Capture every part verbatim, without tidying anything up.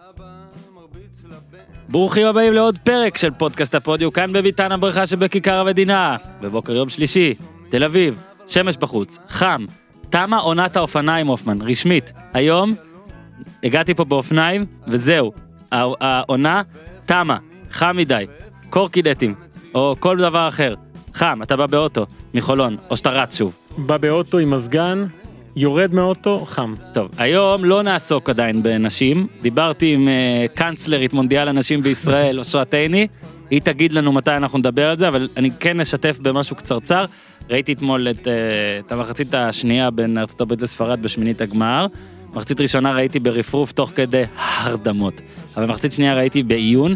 ברוכים הבאים לעוד פרק של פודקאסט הפודיו, כאן בביתן הברכה שבכיכר המדינה. בבוקר יום שלישי, תל אביב, שמש בחוץ, חם, תמה עונת האופניים הופמן, רשמית. היום הגעתי פה באופניים וזהו, העונה תמה, חם מדי, קורקינטים או כל דבר אחר. חם, אתה בא באוטו מחולון או שאתה רץ שוב. בא באוטו עם מזגן, יורד מהאוטו, חם. טוב, היום לא נעסוק עדיין בנשים. דיברתי עם uh, קאנצלרית מונדיאל הנשים בישראל, אושרת עיני. היא תגיד לנו מתי אנחנו נדבר על זה, אבל אני כן נשתף במשהו קצרצר. ראיתי אתמול את, uh, את המחצית השנייה בין ארצות הברית לספרד בשמינית הגמר. מחצית ראשונה ראיתי ברפרוף תוך כדי הרדמות. אבל מחצית שנייה ראיתי בעיון,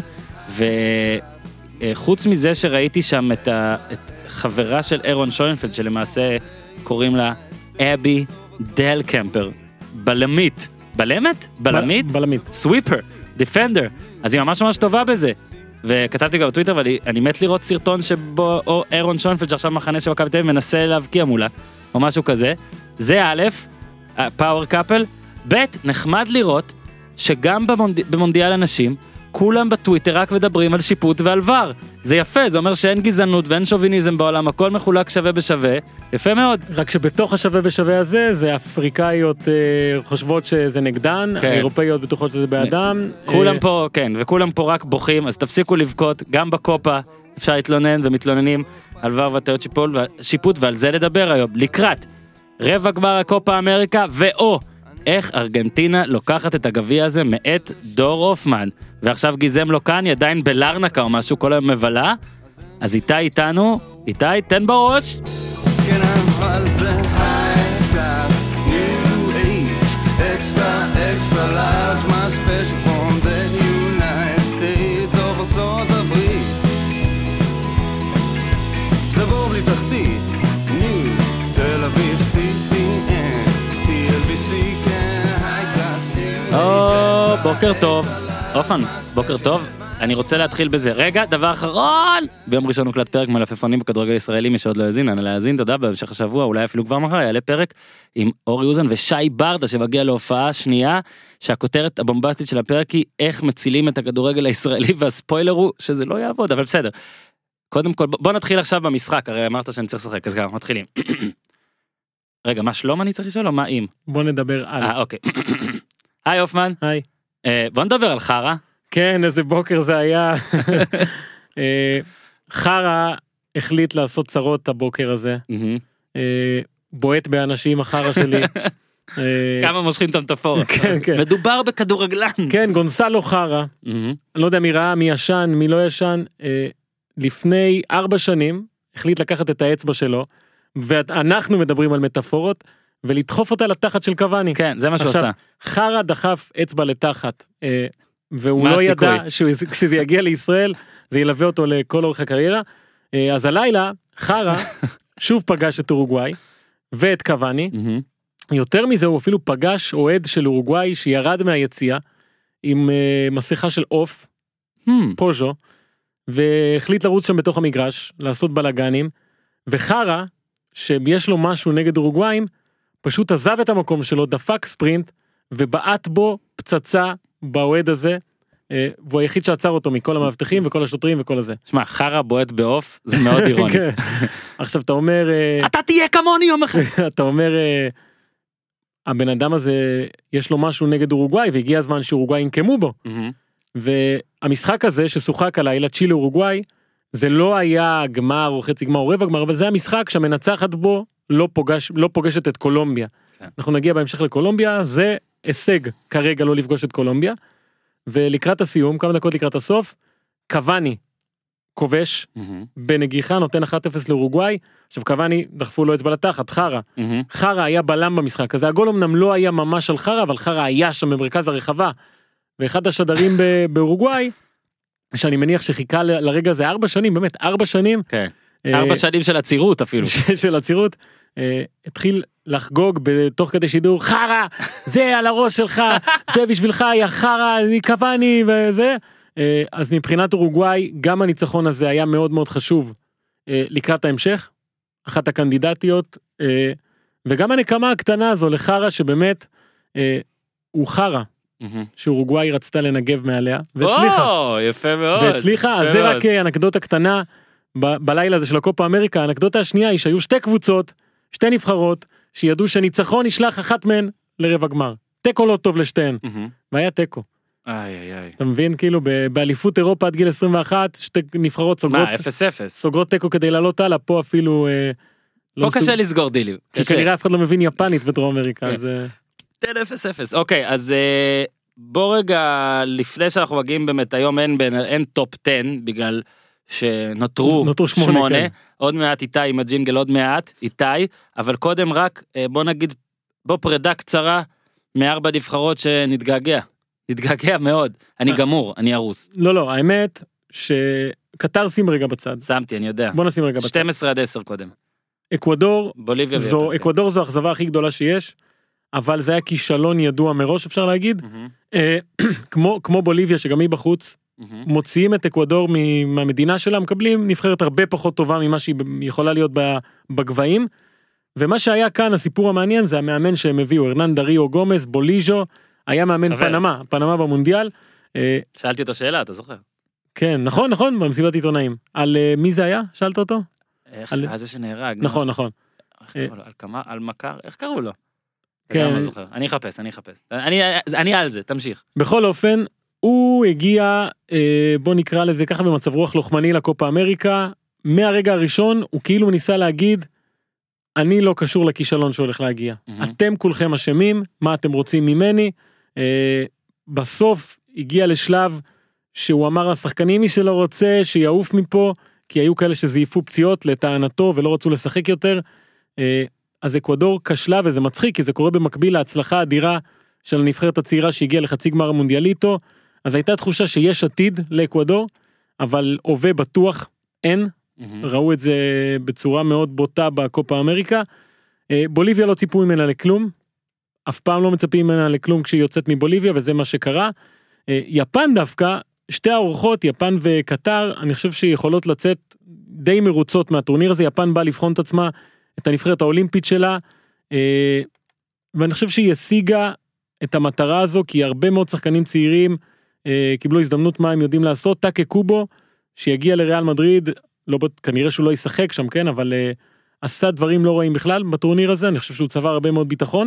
וחוץ מזה שראיתי שם את, ה, את חברה של אירון שוינפלד, שלמעשה קוראים לה אבי דל קמפר, בלמית, בלמת? בלמית? בלמית. סוויפר, דיפנדר, אז היא ממש ממש טובה בזה, וכתבתי גם בטוויטר, אבל אני מת לראות סרטון שבו או אירון שוינפלד, שעכשיו מחנה של מכבי תל אביב, מנסה להבקיע מולה, או משהו כזה. זה א', פאוור קאפל, ב', נחמד לראות, שגם במונד... במונדיאל הנשים, כולם בטוויטר רק מדברים על שיפוט ועל ור. זה יפה, זה אומר שאין גזענות ואין שוביניזם בעולם, הכל מחולק שווה בשווה, יפה מאוד. רק שבתוך השווה בשווה הזה, זה אפריקאיות אה, חושבות שזה נגדן, כן. האירופאיות בטוחות שזה באדם. כולם אה... פה, כן, וכולם פה רק בוכים, אז תפסיקו לבכות, גם בקופה אפשר להתלונן ומתלוננים על ור וטעויות שיפוט, ועל זה לדבר היום, לקראת רבע גמר הקופה אמריקה, ואו איך ארגנטינה לוקחת את הגביע הזה מאת דור הופמן, ועכשיו גיזם לו כאן, עדיין בלרנקה או משהו, כל היום מבלה. אז איתי איתנו, איתי, תן בראש. כן, אבל זה high class, new age, extra, extra large, my special from the United States of ארצות הברית. זה בור בלי תחתית, new, תל אביב, סי פי אן, טי אל בי סי, כן, high class, new age, או, בוקר טוב. אופן, בוקר טוב, אני רוצה להתחיל בזה. רגע, דבר אחרון! ביום ראשון הוקלט פרק מלפפונים בכדורגל ישראלי, מי שעוד לא יזין, אני להזין, תודה, בהמשך השבוע, אולי אפילו כבר מחר, יעלה פרק עם אורי אוזן ושי ברדה, שמגיע להופעה שנייה, שהכותרת הבומבסטית של הפרק היא, איך מצילים את הכדורגל הישראלי, והספוילר הוא שזה לא יעבוד, אבל בסדר. קודם כל, בוא נתחיל עכשיו במשחק, הרי אמרת שאני צריך לשחק, אז גם, מתחילים. רגע, מה שלום אני צריך לשאול, או מה אם? בוא נדבר על... אה, אוקיי. היי, אופמן. היי. בוא נדבר על חרה. כן, איזה בוקר זה היה. חרה החליט לעשות צרות הבוקר הזה. בועט באנשים החרה שלי. כמה מושכים את המטאפורה. מדובר בכדורגלן. כן, גונסלו חרה. אני לא יודע מי ראה, מי ישן, מי לא ישן. לפני ארבע שנים החליט לקחת את האצבע שלו, ואנחנו מדברים על מטאפורות, ולדחוף אותה לתחת של קוואני. כן, זה מה שהוא עשה. חרה דחף אצבע לתחת, והוא לא ידע שכשזה יגיע לישראל, זה ילווה אותו לכל אורך הקריירה. אז הלילה, חרה שוב פגש את אורוגוואי, ואת קוואני. יותר מזה, הוא אפילו פגש אוהד של אורוגוואי, שירד מהיציאה, עם מסכה של אוף, פוז'ו, והחליט לרוץ שם בתוך המגרש, לעשות בלגנים, וחרה, שיש לו משהו נגד אורוגוואים, פשוט עזב את המקום שלו, דפק ספרינט, ובעט בו פצצה באוהד הזה, והוא היחיד שעצר אותו מכל המאבטחים וכל השוטרים וכל הזה. שמע, חרה בועט באוף, זה מאוד אירוני. עכשיו אתה אומר... אתה תהיה כמוני יום אחד. אתה אומר, הבן אדם הזה, יש לו משהו נגד אורוגוואי, והגיע הזמן שאורוגוואי ינקמו בו. והמשחק הזה ששוחק הלילה, צ'ילה אורוגוואי, זה לא היה גמר או חצי גמר או רבע גמר, אבל זה המשחק שהמנצחת בו לא, פוגש, לא פוגשת את קולומביה. כן. אנחנו נגיע בהמשך לקולומביה, זה הישג כרגע לא לפגוש את קולומביה, ולקראת הסיום, כמה דקות לקראת הסוף, קוואני כובש, mm-hmm. בנגיחה נותן אחת אפס לאורוגוואי, עכשיו קוואני דחפו לו אצבע לתחת, חרה, mm-hmm. חרה היה בלם במשחק הזה, הגול אמנם לא היה ממש על חרה, אבל חרה היה שם במרכז הרחבה, ואחד השדרים באורוגוואי, שאני מניח שחיכה ל- לרגע הזה ארבע שנים, באמת, ארבע שנים. כן. ארבע שנים של עצירות אפילו. של עצירות. התחיל לחגוג בתוך כדי שידור, חרה, זה על הראש שלך, זה בשבילך, יא חרה, אני קוואני, וזה. אז מבחינת אורוגוואי, גם הניצחון הזה היה מאוד מאוד חשוב לקראת ההמשך, אחת הקנדידטיות, וגם הנקמה הקטנה הזו לחרה שבאמת הוא חרה, שאורוגוואי רצתה לנגב מעליה, והצליחה. או, יפה מאוד. והצליחה, אז זה רק אנקדוטה קטנה, ב- בלילה הזה של הקופה אמריקה, האנקדוטה השנייה היא שהיו שתי קבוצות, שתי נבחרות, שידעו שניצחון ישלח אחת מהן לרבע גמר. תיקו לא טוב לשתיהן, והיה תיקו. איי, איי, איי. אתה מבין, כאילו, ב- באליפות אירופה עד גיל עשרים ואחת, שתי נבחרות סוגרות, מה, אפס אפס? סוגרות תיקו כדי לעלות הלאה, פה אפילו, אה, לא פה קשה לסגור דילים. כי כנראה אף אחד לא מבין יפנית בדרום אמריקה, אז... אה, תן אפס אפס. אוקיי, אז אה, בוא רגע, לפני שאנחנו מגיעים באמת, היום אין, בין- אין טופ עשר, בגלל שנותרו נותרו שמונה, שמונה, כן. עוד מעט איתי עם הג'ינגל, עוד מעט איתי, אבל קודם רק, אה, בוא נגיד, בוא פרידה קצרה, מארבע נבחרות שנתגעגע. נתגעגע מאוד. אני גמור, אני ארוס. לא, לא, האמת, שקטר שים רגע בצד. שמתי, אני יודע. בוא נשים רגע בצד. שתים עשרה עד עשר קודם. אקוודור, בוליביה זו, ויפן. אקוודור זו האכזבה הכי גדולה שיש, אבל זה היה כישלון ידוע מראש, אפשר להגיד. מהמם, אה, כמו, כמו בוליביה, שגם היא בחוץ, מהמם. מוציאים את אקוודור מ- מהמדינה שלה, מקבלים נבחרת הרבה פחות טובה ממה שהיא יכולה להיות ב- בגבהים, ומה שהיה כאן, הסיפור המעניין, זה המאמן שהם הביאו, הרנן דריו גומס, בוליז'ו, היה מאמן חבר. פנמה, פנמה במונדיאל, אה, שאלתי אותו שאלה, אתה זוכר? כן, נכון, נכון, במסיבת עיתונאים, על אה, מי זה היה? שאלת אותו? איך, על- על זה שנהרג. נכון, נכון. איך קראו לו? על כמה, על מכר, איך קראו לו? כן. כן. לא זוכר. אני אחפש, אני אחפש. אני, אני על זה, תמשיך. בכל אופן, הוא הגיע, אה, בוא נקרא לזה ככה, במצב רוח לוחמני לקופה אמריקה, מהרגע הראשון הוא כאילו ניסה להגיד, אני לא קשור לכישלון שהולך להגיע. מהמם. אתם כולכם אשמים, מה אתם רוצים ממני? אה, בסוף הגיע לשלב שהוא אמר לשחקנים מי שלא רוצה, שיעוף מפה, כי היו כאלה שזייפו פציעות לטענתו ולא רצו לשחק יותר. אה, אז אקוודור כשלה, וזה מצחיק, כי זה קורה במקביל להצלחה האדירה של הנבחרת הצעירה שהגיעה לחצי גמר המונדיאליטו, אז הייתה תחושה שיש עתיד לאקוודור, אבל הווה בטוח אין, מהמם. ראו את זה בצורה מאוד בוטה בקופה אמריקה. אה, בוליביה לא ציפו ממנה לכלום, אף פעם לא מצפים ממנה לכלום כשהיא יוצאת מבוליביה, וזה מה שקרה. אה, יפן דווקא, שתי האורחות, יפן וקטר, אני חושב שיכולות לצאת די מרוצות מהטורניר הזה, יפן באה לבחון את עצמה, את הנבחרת האולימפית שלה, אה, ואני חושב שהיא השיגה את המטרה הזו, כי הרבה מאוד שחקנים צעירים אה, קיבלו הזדמנות מה הם יודעים לעשות, טאקה קובו, שיגיע לריאל מדריד, לא, כנראה שהוא לא ישחק שם, כן, אבל אה, עשה דברים לא רואים בכלל בטורניר הזה, אני חושב שהוא צבר הרבה מאוד ביטחון,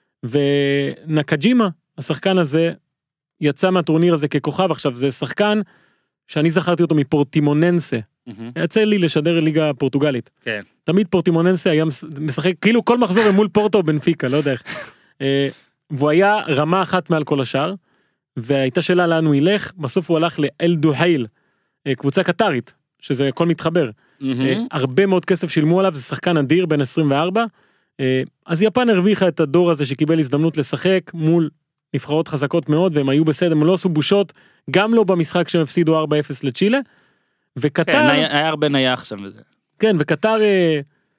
ונקג'ימה, השחקן הזה, יצא מהטורניר הזה ככוכב, עכשיו זה שחקן שאני זכרתי אותו מפורטימוננסה, מהמם. יצא לי לשדר ליגה פורטוגלית, כן. תמיד פורטימוננסה היה משחק, כאילו כל מחזור הם מול פורטו או בנפיקה, לא יודע איך, אה, והוא היה רמה אחת מעל כל השאר, והייתה שאלה לאן הוא ילך, בסוף הוא הלך לאל דוחייל, אה, קבוצה קטרית, שזה הכל מתחבר, מהמם. אה, הרבה מאוד כסף שילמו עליו, זה שחקן אדיר בן עשרים וארבע, אה, אז יפן הרוויחה את הדור הזה שקיבל הזדמנות לשחק מול נבחרות חזקות מאוד, והם היו בסדר, הם לא עשו בושות, גם לא במשחק שהם הפסידו ארבע אפס לצ'ילה, וקטר, כן, היה היה הרבה נייח שם וזה. כן, וקטר אה,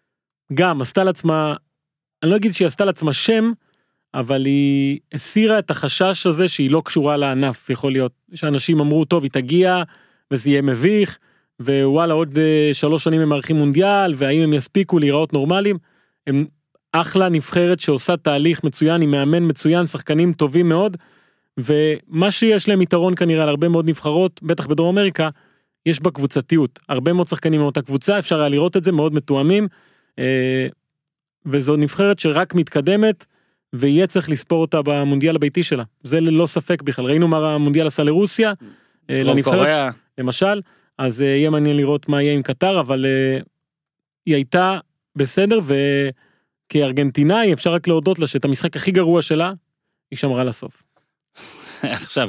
גם עשתה לעצמה, אני לא אגיד שהיא עשתה לעצמה שם, אבל היא הסירה את החשש הזה שהיא לא קשורה לענף, יכול להיות שאנשים אמרו, טוב, היא תגיע, וזה יהיה מביך, ווואלה, עוד אה, שלוש שנים הם מארחים מונדיאל, והאם הם יספיקו להיראות נורמליים, הם אחלה נבחרת שעושה תהליך מצוין, היא מאמן מצוין, שחקנים טובים מאוד, ומה שיש להם יתרון כנראה על הרבה מאוד נבחרות, בטח בדרום אמריקה, יש בה קבוצתיות, הרבה מאוד שחקנים מאותה קבוצה, אפשר היה לראות את זה, מאוד מתואמים, אה, וזו נבחרת שרק מתקדמת, ויהיה צריך לספור אותה במונדיאל הביתי שלה, זה ללא ספק בכלל, ראינו מה המונדיאל עשה לרוסיה, אה, דרום לנבחרת, קוריאה. למשל, אז אה, יהיה מעניין לראות מה יהיה עם קטר, אבל אה, היא הייתה בסדר, וכארגנטינאי אפשר רק להודות לה שאת המשחק הכי גרוע שלה, היא שמרה לסוף. עכשיו,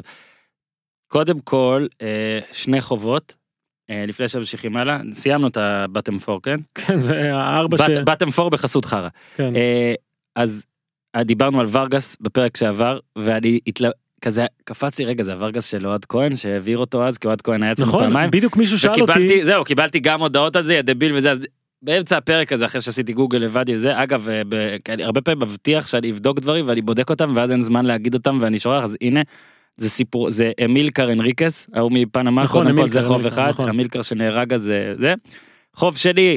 קודם כל, אה, שני חובות, אה, לפני שממשיכים הלאה, סיימנו את הבטם פור, כן? כן, זה הארבע ש... בטם פור בחסות חרה. כן. אה, אז אה, דיברנו על ורגס בפרק שעבר, ואני התלה... כזה קפצתי, רגע, זה הורגס של אוהד כהן, שהעביר אותו אז, כי אוהד כהן היה אצלנו נכון, פעמיים. בדיוק מישהו שאל וקיבלתי, אותי, זהו, קיבלתי גם הודעות על זה, הדביל וזה, אז באמצע הפרק הזה, אחרי שעשיתי גוגל לבד וזה, אגב, ב... אני הרבה פעמים מבטיח שאני אבדוק דברים, ואני בודק אותם, ואז אין זמן להגיד אותם, ואני שורח, אז הנה, זה סיפור, זה אמילקר אנריקס, ההוא מפנמה, נכון, קודם כל זה אמילקר, חוב אמילקר, אחד, נכון. אמילקר שנהרג אז זה, זה. חוב שני,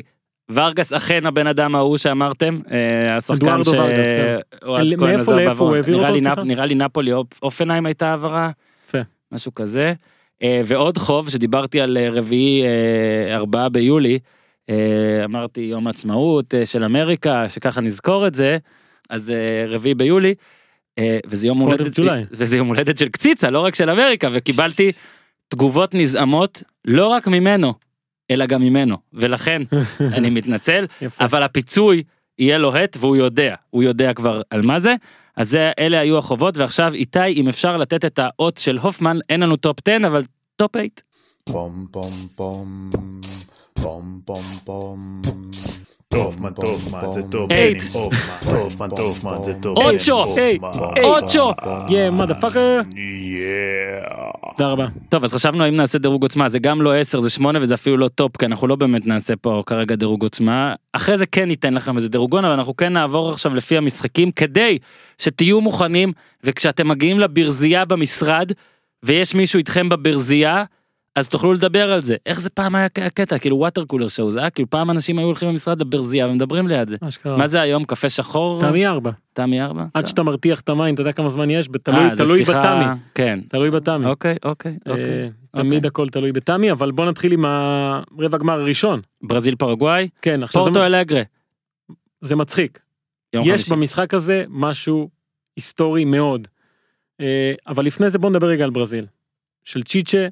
ורגס אכן הבן אדם ההוא שאמרתם, השחקן ש... מאיפה לאיפה הוא העביר אותו, סליחה? נראה לי נפולי, אופנהיים הייתה העברה, משהו כזה, ועוד חוב שדיברתי על רביעי ארבעה ביולי, אמרתי יום העצמאות של אמריקה, שככה נזכור את זה, אז רביעי ביולי, וזה יום הולדת, וזה יום הולדת של קציצה, לא רק של אמריקה, וקיבלתי תגובות נזעמות, לא רק ממנו, אלא גם ממנו, ולכן אני מתנצל, אבל הפיצוי יהיה לוהט, והוא יודע, הוא יודע כבר על מה זה, אז זה, אלה היו החובות, ועכשיו איתי, אם אפשר לתת את האות של הופמן, אין לנו טופ עשר, אבל טופ שמונה. פום פום פום, פום פום פום, טופמן, טופמן, זה טופ עשר, טופמן, טופמן, זה טופ עשר, אוצ'ו, יא, מודפאקר, תודה רבה. טוב, אז חשבנו אם נעשה דירוג עוצמה, זה גם לא עשר, זה שמונה, וזה אפילו לא טופ, כי אנחנו לא באמת נעשה פה כרגע דירוג עוצמה, אחרי זה כן ניתן לכם איזה דירוגון, אבל אנחנו כן נעבור עכשיו לפי המשחקים, כדי שתהיו מוכנים, וכשאתם מגיעים לברזייה במשרד, ויש מישהו איתכם בברזייה, אז תוכלו לדבר על זה. איך זה פעם היה הקטע? כאילו ווטר קולר שואו, זה היה כאילו פעם אנשים היו הולכים במשרד לברזייה ומדברים ליד זה. מה זה היום? קפה שחור? תמי ארבע. תמי ארבע? עד שאתה מרתיח את המים, אתה יודע כמה זמן יש? תלוי בתמי. כן. תלוי בתמי. אוקיי, אוקיי. תמיד הכל תלוי בתמי, אבל בוא נתחיל עם הרבע גמר הראשון. ברזיל פרגוואי? כן. פורטו אלגרה. זה מצחיק. יש במשחק הזה משהו היסטורי מאוד. אבל לפני זה בוא נדבר רגע על ברזיל. של צ'יצ'ה,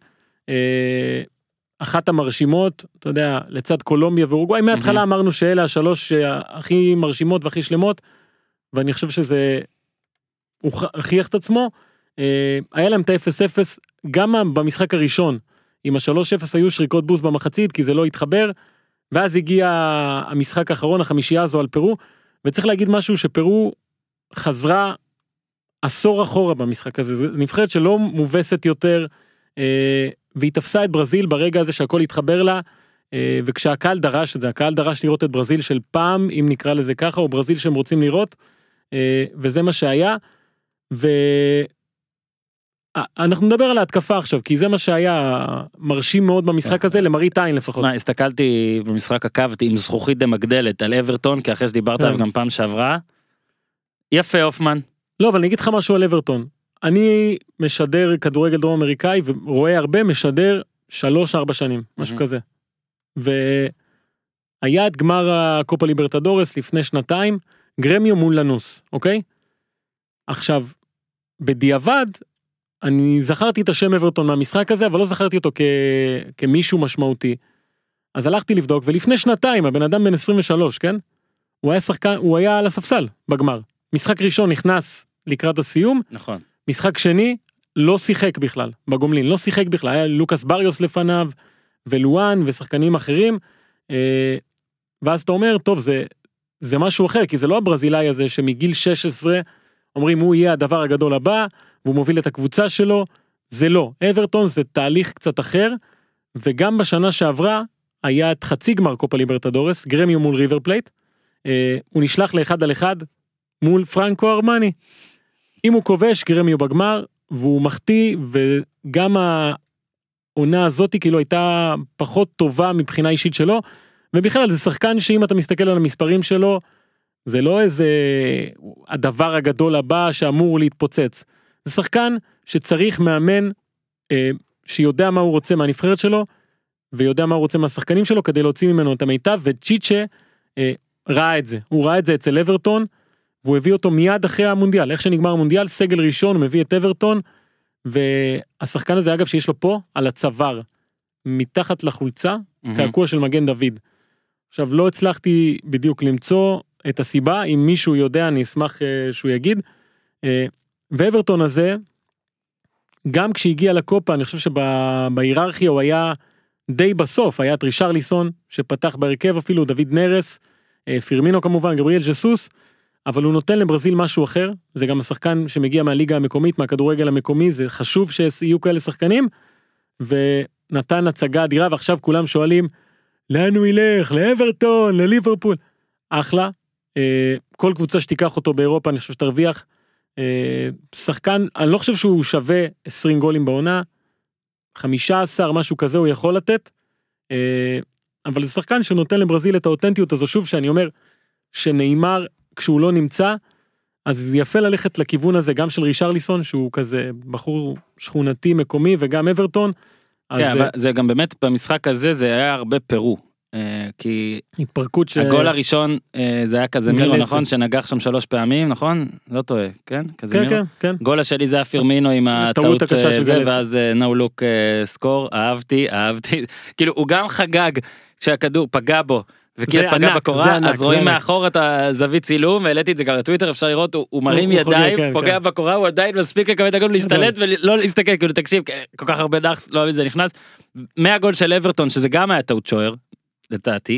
אחת המרשימות, אתה יודע, לצד קולומביה ואורוגוואי, מההתחלה אמרנו שאלה השלוש הכי מרשימות והכי שלמות, ואני חושב שזה, הוא הכיח את עצמו, היה להם את ה-אפס אפס, גם במשחק הראשון, עם ה-שלוש אפס היו שריקות בוס במחצית, כי זה לא התחבר, ואז הגיע המשחק האחרון, החמישייה הזו על פרו, וצריך להגיד משהו שפרו חזרה עשור אחורה במשחק הזה, זה נבחרת שלא מובסת יותר, והיא תפסה את ברזיל ברגע הזה שהכל התחבר לה, וכשהקהל דרש את זה, הקהל דרש לראות את ברזיל של פעם, אם נקרא לזה ככה, או ברזיל שהם רוצים לראות, וזה מה שהיה, ואנחנו נדבר על ההתקפה עכשיו, כי זה מה שהיה מרשים מאוד במשחק הזה, למראית עין לפחות. הסתכלתי במשחק עקבתי עם זכוכית דמגדלת על אברטון, כי אחרי שדיברת עליו גם פעם שעברה, יפה אופמן. לא, אבל אני אגיד לך משהו על אברטון, אני משדר כדורגל דרום אמריקאי, ורואה הרבה משדר שלוש ארבע שנים, משהו כזה. והיה את גמר הקופה ליברטדורס לפני שנתיים, גרמיו מול לנוס, אוקיי? עכשיו, בדיעבד, אני זכרתי את השם אברטון מהמשחק הזה, אבל לא זכרתי אותו כ... כמישהו משמעותי. אז הלכתי לבדוק, ולפני שנתיים, הבן אדם בן עשרים ושלוש, כן? הוא היה שחקן, הוא היה על הספסל בגמר. משחק ראשון נכנס לקראת הסיום. נכון. משחק שני, לא שיחק בכלל, בגומלין, לא שיחק בכלל, היה לוקאס בריוס לפניו, ולואן, ושחקנים אחרים, ואז אתה אומר, טוב, זה, זה משהו אחר, כי זה לא הברזילאי הזה, שמגיל שש עשרה, אומרים, הוא יהיה הדבר הגדול הבא, והוא מוביל את הקבוצה שלו, זה לא, אברטון זה תהליך קצת אחר, וגם בשנה שעברה, היה את חצי גמר קופה ליברטדורס, גרמיו מול ריבר פלייט, הוא נשלח לאחד על אחד, מול פרנקו ארמני, אם הוא כובש, גרמיו בגמר, והוא מחטיא, וגם העונה הזאת כאילו הייתה פחות טובה מבחינה אישית שלו, ובכלל זה שחקן שאם אתה מסתכל על המספרים שלו, זה לא איזה הדבר הגדול הבא שאמור להתפוצץ. זה שחקן שצריך מאמן אה, שיודע מה הוא רוצה מהנבחרת שלו, ויודע מה הוא רוצה מהשחקנים שלו, כדי להוציא ממנו את המיטב, וצ'יצ'ה אה, ראה את זה. הוא ראה את זה אצל אברטון, והוא הביא אותו מיד אחרי המונדיאל, איך שנגמר המונדיאל, סגל ראשון, הוא מביא את אברטון, והשחקן הזה אגב שיש לו פה, על הצוואר, מתחת לחולצה, mm-hmm. קעקוע של מגן דוד. עכשיו לא הצלחתי בדיוק למצוא את הסיבה, אם מישהו יודע אני אשמח uh, שהוא יגיד, uh, ואברטון הזה, גם כשהגיע לקופה, אני חושב שבהיררכיה הוא היה די בסוף, היה את רישרליסון, שפתח בהרכב אפילו, דוד נרס, uh, פירמינו כמובן, גבריאל ג'סוס, אבל הוא נותן לברזיל משהו אחר, זה גם השחקן שמגיע מהליגה המקומית, מהכדורגל המקומי, זה חשוב שיהיו כאלה שחקנים, ונתן הצגה אדירה, ועכשיו כולם שואלים, לאן הוא ילך? לאברטון, לליברפול, אחלה, כל קבוצה שתיקח אותו באירופה, אני חושב שתרוויח, שחקן, אני לא חושב שהוא שווה עשרים גולים בעונה, חמישה עשר, משהו כזה הוא יכול לתת, אבל זה שחקן שנותן לברזיל את האותנטיות הזו, שוב שאני אומר, שנאמר כשהוא לא נמצא, אז יפה ללכת לכיוון הזה, גם של רישרליסון, שהוא כזה בחור שכונתי מקומי, וגם אברטון. כן, אבל זה גם באמת, במשחק הזה, זה היה הרבה פירו, כי... התפרקות ש... הגול הראשון, זה היה קזמירו, נכון? שנגח שם שלוש פעמים, נכון? לא טועה, כן? כן, כן, כן. גול השני זה היה פירמינו עם הטעות הזה, ואז no look score, אהבתי, אהבתי. כאילו, הוא גם חגג כשהכדור פגע בו, וכי פגע בקורה, אז רואים מאחור את הזווית צילום, והעליתי את זה גם לטוויטר, אפשר לראות, הוא מרים ידיים, פוגע בקורה, הוא עדיין מספיק לקבל את הגול, להשתלט ולא להסתכל, כאילו תקשיב, כל כך הרבה נחס, לא אוהב את זה נכנס, מהגול של אברטון, שזה גם היה טעות שוער, לדעתי,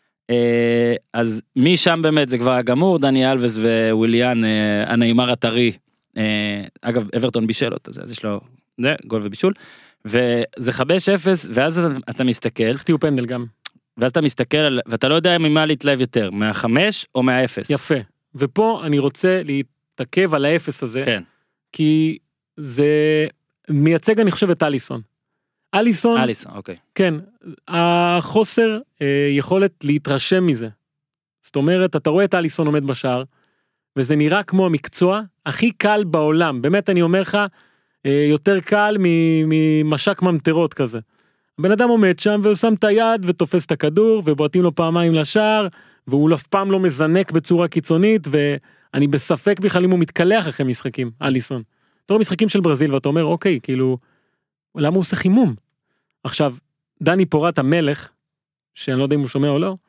אז משם באמת זה כבר הגמור, דני אלבס וויליאן, הנאמר הטרי, אגב, אברטון בישל אותו, אז יש לו, זה, גול ובישול, וזה חמש אפס, ואז אתה מסתכל, חטיאו פנדל גם. ואז אתה מסתכל, ואתה לא יודע ממה להתלהב יותר, מהחמש או מהאפס. יפה. ופה אני רוצה להתעכב על האפס הזה, כן. כי זה מייצג, אני חושב, את אליסון. אליסון, אליסון, אוקיי. כן, החוסר אה, יכולת להתרשם מזה. זאת אומרת, אתה רואה את אליסון עומד בשער, וזה נראה כמו המקצוע הכי קל בעולם. באמת אני אומר לך, אה, יותר קל ממשק ממטרות כזה. הבן אדם עומד שם והוא שם את היד ותופס את הכדור ובועטים לו פעמיים לשער והוא אף פעם לא מזנק בצורה קיצונית ואני בספק בכלל אם הוא מתקלח אחרי משחקים, אליסון. אתה רואה משחקים של ברזיל ואתה אומר אוקיי, כאילו, למה הוא עושה חימום? עכשיו, דני פורט המלך, שאני לא יודע אם הוא שומע או לא,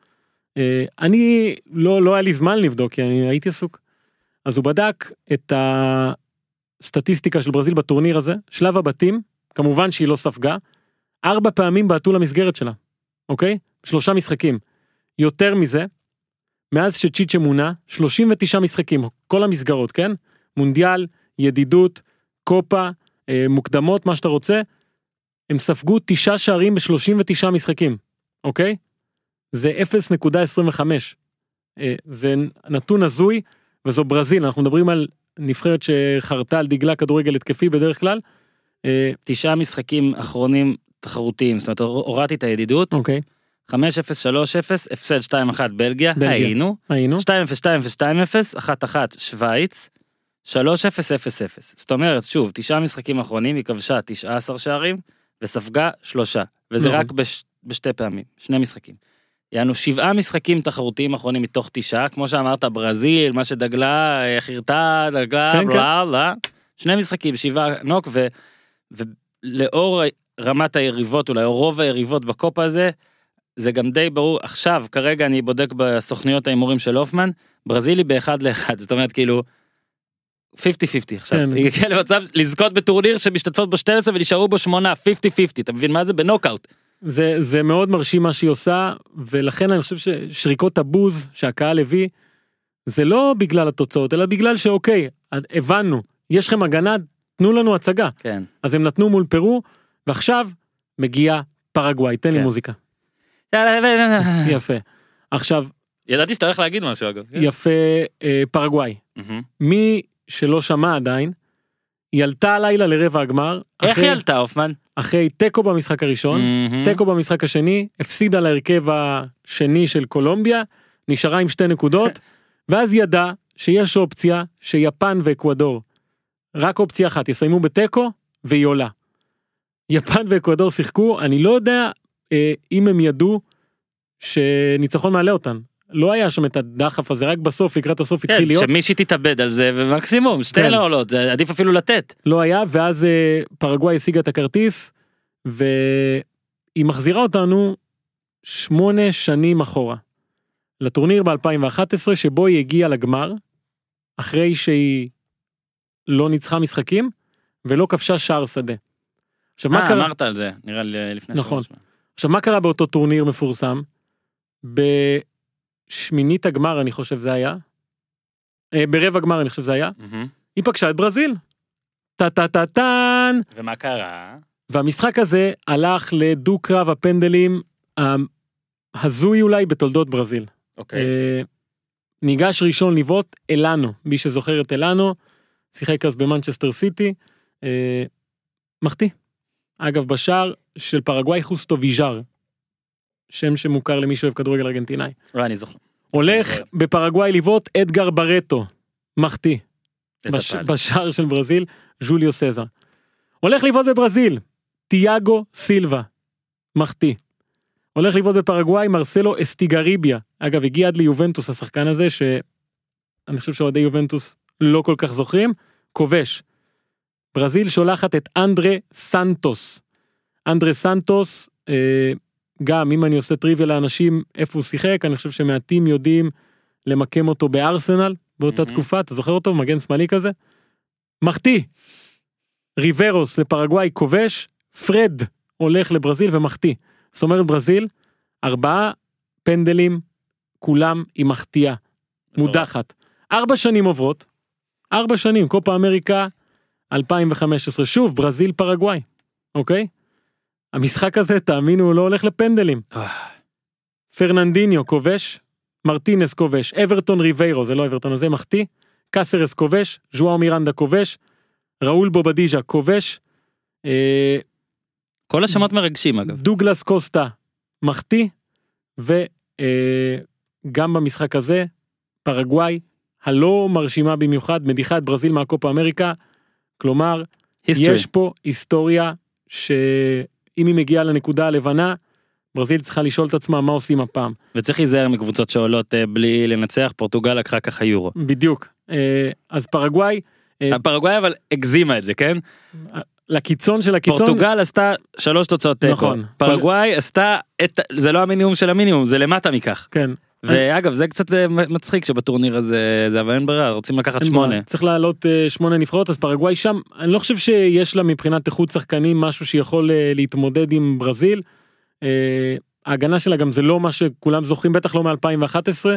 אני לא, לא היה לי זמן לבדוק כי אני הייתי עסוק. אז הוא בדק את הסטטיסטיקה של ברזיל בטורניר הזה, שלב הבתים, כמובן שהיא לא ספגה, ארבע פעמים בעטו למסגרת שלה, אוקיי? שלושה משחקים. יותר מזה, מאז שצ'יצ'ה מונה, שלושים ותשעה משחקים, כל המסגרות, כן? מונדיאל, ידידות, קופה, אה, מוקדמות, מה שאתה רוצה, הם ספגו תשעה שערים ב-שלושים ותשעה משחקים, אוקיי? זה אפס נקודה עשרים וחמש. אה, זה נתון הזוי, וזו ברזיל, אנחנו מדברים על נבחרת שחרתה על דגלה כדורגל התקפי בדרך כלל. אה, תשעה משחקים אחרונים, תחרותיים, זאת אומרת, הורדתי את הידידות, אוקיי. חמש אפס שלוש אפס, הפסד שתיים אחת בלגיה, היינו, היינו, שתיים אפס שתיים אפס שתיים אפס, אחת אחת שוויץ, שלוש אפס אפס אפס, זאת אומרת, שוב, תשעה משחקים אחרונים, היא כבשה תשעה עשר שערים, וספגה שלושה, וזה רק בש, בשתי פעמים, שני משחקים. יענו שבעה משחקים תחרותיים אחרונים מתוך תשעה, כמו שאמרת, ברזיל, מה שדגלה, חירתה, דגלה, כן, בלה, בלה, שני משחקים, שבעה נוק, ו, ולאור רמת היריבות, אולי רוב היריבות בקופה הזה, זה גם די ברור, עכשיו, כרגע אני בודק בסוכניות האימורים של אופמן, ברזילי באחד לאחד, זאת אומרת, כאילו, חמישים חמישים עכשיו, כן. היא הגיעה למצב לזכות בטורניר שמשתתפות בו שתים עשרה ונשארו בו שמונה, חמישים חמישים, אתה מבין מה זה? בנוקאוט. זה, זה מאוד מרשים מה שהיא עושה, ולכן אני חושב ששריקות הבוז שהקהל הביא, זה לא בגלל התוצאות, אלא בגלל שאוקיי, הבנו, יש לכם הגנה, תנו לנו הצגה. כן. אז הם נתנו מול פרו, ועכשיו מגיעה פרגוואי, תן לי מוזיקה. יפה. עכשיו, ידעתי שאתה הולך להגיד משהו אגב. יפה, פרגוואי. מי שלא שמע עדיין, היא עלתה הלילה לרבע הגמר. איך היא עלתה, אופמן? אחרי טקו במשחק הראשון, טקו במשחק השני, הפסידה להרכב השני של קולומביה, נשארה עם שתי נקודות, ואז ידעה שיש אופציה שיפן ואקוודור, רק אופציה אחת, יסיימו בטקו והיא עולה. יפן ואקוודור שיחקו, אני לא יודע אה, אם הם ידעו שניצחון מעלה אותן. לא היה שם את הדחף הזה, רק בסוף, לקראת הסוף כן, התחיל להיות. שמישהי תתאבד על זה, ומקסימום, שתי כן. לא עולות, זה עדיף אפילו לתת. לא היה, ואז אה, פרגוואי השיגה את הכרטיס, והיא מחזירה אותנו שמונה שנים אחורה. לטורניר ב-אלפיים ואחת עשרה, שבו היא הגיעה לגמר, אחרי שהיא לא ניצחה משחקים, ולא כבשה שער שדה. עכשיו, מה קרה? אמרת על זה, נראה לי לפני שבוע. נכון. עכשיו, מה קרה באותו טורניר מפורסם? בשמינית הגמר, אני חושב זה היה. ברבע גמר, אני חושב זה היה. היא פגשה את ברזיל. טה-טה-טה-טן. ומה קרה? והמשחק הזה הלך לדו קרב הפנדלים, הזוי אולי בתולדות ברזיל. אוקיי. ניגש ראשון לבעוט אלנו, מי שזוכר את אלנו, שיחק אז במנצ'סטר סיטי, מחטיא. אגב, בשער של פרגוואי חוסטו ויז'אר, שם שמוכר למי שאוהב כדורגל ארגנטינאי. לא, אני זוכר. הולך בפרגוואי לבעוט אדגר ברטו, מחטיא, בש... בשער של ברזיל, ז'וליו סזר. הולך לבעוט בברזיל, תיאגו סילבה, מחטיא. הולך לבעוט בפרגוואי, מרסלו אסטיגריביה. אגב, הגיע עד ליובנטוס השחקן הזה, שאני חושב שאוהדי יובנטוס לא כל כך זוכרים, כובש. ברזיל שולחת את אנדרה סנטוס. אנדרה סנטוס, אה, גם אם אני עושה טריוויה לאנשים איפה הוא שיחק, אני חושב שמעטים יודעים למקם אותו בארסנל, באותה mm-hmm. תקופה, אתה זוכר אותו? מגן שמאלי כזה? מחטיא. ריברוס לפרגוואי כובש, פרד הולך לברזיל ומחטיא. זאת אומרת ברזיל, ארבעה פנדלים, כולם עם מחטייה, מודחת. ארבע שנים עוברות, ארבע שנים, קופה אמריקה, אלפיים וחמש עשרה, שוב, ברזיל פרגוואי, אוקיי? המשחק הזה, תאמינו, הוא לא הולך לפנדלים. פרננדיניו כובש, מרטינס כובש, אברטון ריביירו, זה לא אברטון הזה, מחטיא, קסרס כובש, ז'ואר מירנדה כובש, ראול בובדיז'ה כובש, אה, כל השמות מרגשים אגב. דוגלס קוסטה מחטיא, וגם במשחק הזה, פרגוואי, הלא מרשימה במיוחד, מדיחת ברזיל מהקופה אמריקה, כלומר, History. יש פה היסטוריה, שאם היא מגיעה לנקודה הלבנה, ברזיל צריכה לשאול את עצמה מה עושים הפעם. וצריך להיזהר מקבוצות שעולות בלי לנצח, פורטוגל לקחה ככה יורו. בדיוק. אז פרגוואי, פרגוואי אבל הגזימה את זה, כן? לקיצון של הקיצון. פורטוגל עשתה שלוש תוצאות תיקו. נכון. פרגוואי עשתה, את, זה לא המינימום של המינימום, זה למטה מכך. כן. ואגב, זה קצת מצחיק שבטורניר הזה, זה אבל אין ברירה, רוצים לקחת שמונה. צריך לעלות שמונה נבחרות, אז פרגוואי שם, אני לא חושב שיש לה מבחינת איכות שחקנים משהו שיכול להתמודד עם ברזיל. ההגנה שלה גם זה לא מה שכולם זוכרים, בטח לא מ-אלפיים ואחת עשרה.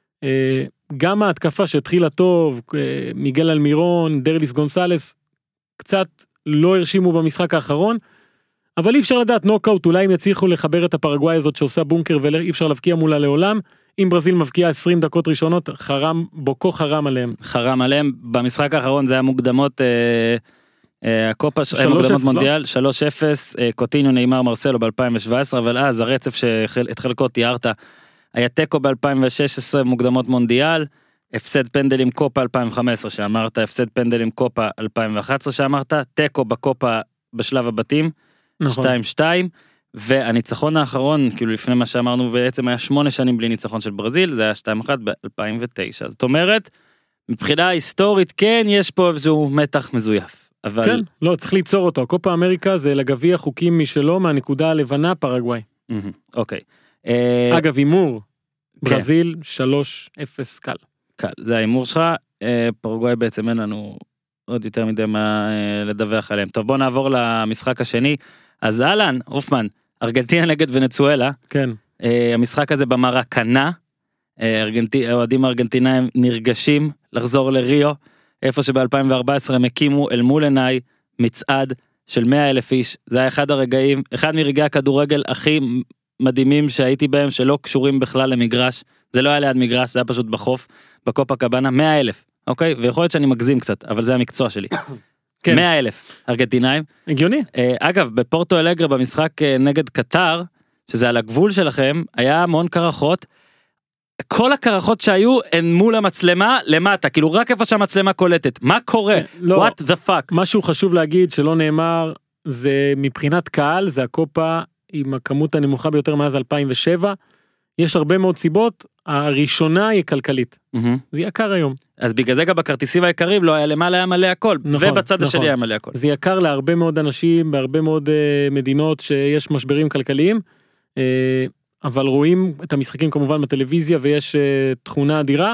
גם ההתקפה שהתחילה טוב, מיגל אלמירון, דרליס גונסלס, קצת לא הרשימו במשחק האחרון, אבל אי אפשר לדעת, נוקאוט, אולי הם יצליחו לחבר את הפרגוואי הזאת שעושה בונקר ואי אפשר להבקיע מולה לעולם, אם ברזיל מבקיעה עשרים דקות ראשונות, חרם, בוקו חרם עליהם. חרם עליהם, במשחק האחרון זה היה מוקדמות, אה, אה, הקופה, היה מוקדמות מונדיאל, שלוש אפס, אה, קוטיניו ניימר מרסלו ב-אלפיים שבע עשרה, אבל אז הרצף שאת חלקו תיארת, היה טקו ב-אלפיים ושש עשרה מוקדמות מונדיאל, הפסד פנדלים קופה אלפיים וחמש עשרה שאמרת, הפסד פנדלים קופה אלפיים ואחת עשרה שאמרת, טקו בקופה בשלב הבתים, נכון. שתיים שתיים, והניצחון האחרון, כאילו לפני מה שאמרנו, בעצם היה שמונה שנים בלי ניצחון של ברזיל, זה היה שתיים אחת ב-אלפיים ותשע, זאת אומרת, מבחינה היסטורית, כן, יש פה איזשהו מתח מזויף, אבל... כן, לא, צריך ליצור אותו, קופה אמריקה זה לגביע חוקים משלו, מהנקודה הלבנה, פרגוואי. אוקיי. אגב, אימור, ברזיל, שלוש אפס קל. קל, זה האימור שלך, פרגוואי בעצם אין לנו עוד יותר מדי מה לדווח עליהם. טוב, בוא נעבור למשחק השני, אז אהלן, אופמן, ארגנטינה נגד ונצואלה, כן. המשחק הזה במרקנה, אוהדים הארגנטינאים נרגשים לחזור לריו, איפה שב-אלפיים וארבע עשרה הם הקימו אל מול עיניי מצעד של מאה אלף איש, זה היה אחד הרגעים, אחד מרגעי הכדורגל הכי מדהימים שהייתי בהם, שלא קשורים בכלל למגרש, זה לא היה ליד מגרש, זה היה פשוט בחוף, בקופה קבנה, מאה אלף, אוקיי? ויכול להיות שאני מגזים קצת, אבל זה המקצוע שלי. כן. מאה אלף ארגנטינאים. הגיוני. אגב, בפורטו אלגרה במשחק נגד קטר, שזה על הגבול שלכם, היה המון קרחות, כל הקרחות שהיו הן מול המצלמה למטה, כאילו רק איפה שהמצלמה קולטת. מה קורה? לא, What the fuck? משהו חשוב להגיד שלא נאמר, זה מבחינת קהל, זה הקופה עם הכמות הנמוכה ביותר מאז אלפיים ושבע, יש הרבה מאוד סיבות, הראשונה היא כלכלית, mm-hmm. זה יקר היום. אז בגלל זה גם בכרטיסים היקרים לא היה למעלה היה מלא הכל, נכון, ובצד נכון. השני היה מלא הכל. זה יקר להרבה מאוד אנשים, בהרבה מאוד uh, מדינות שיש משברים כלכליים, uh, אבל רואים את המשחקים כמובן בטלוויזיה, ויש uh, תכונה אדירה,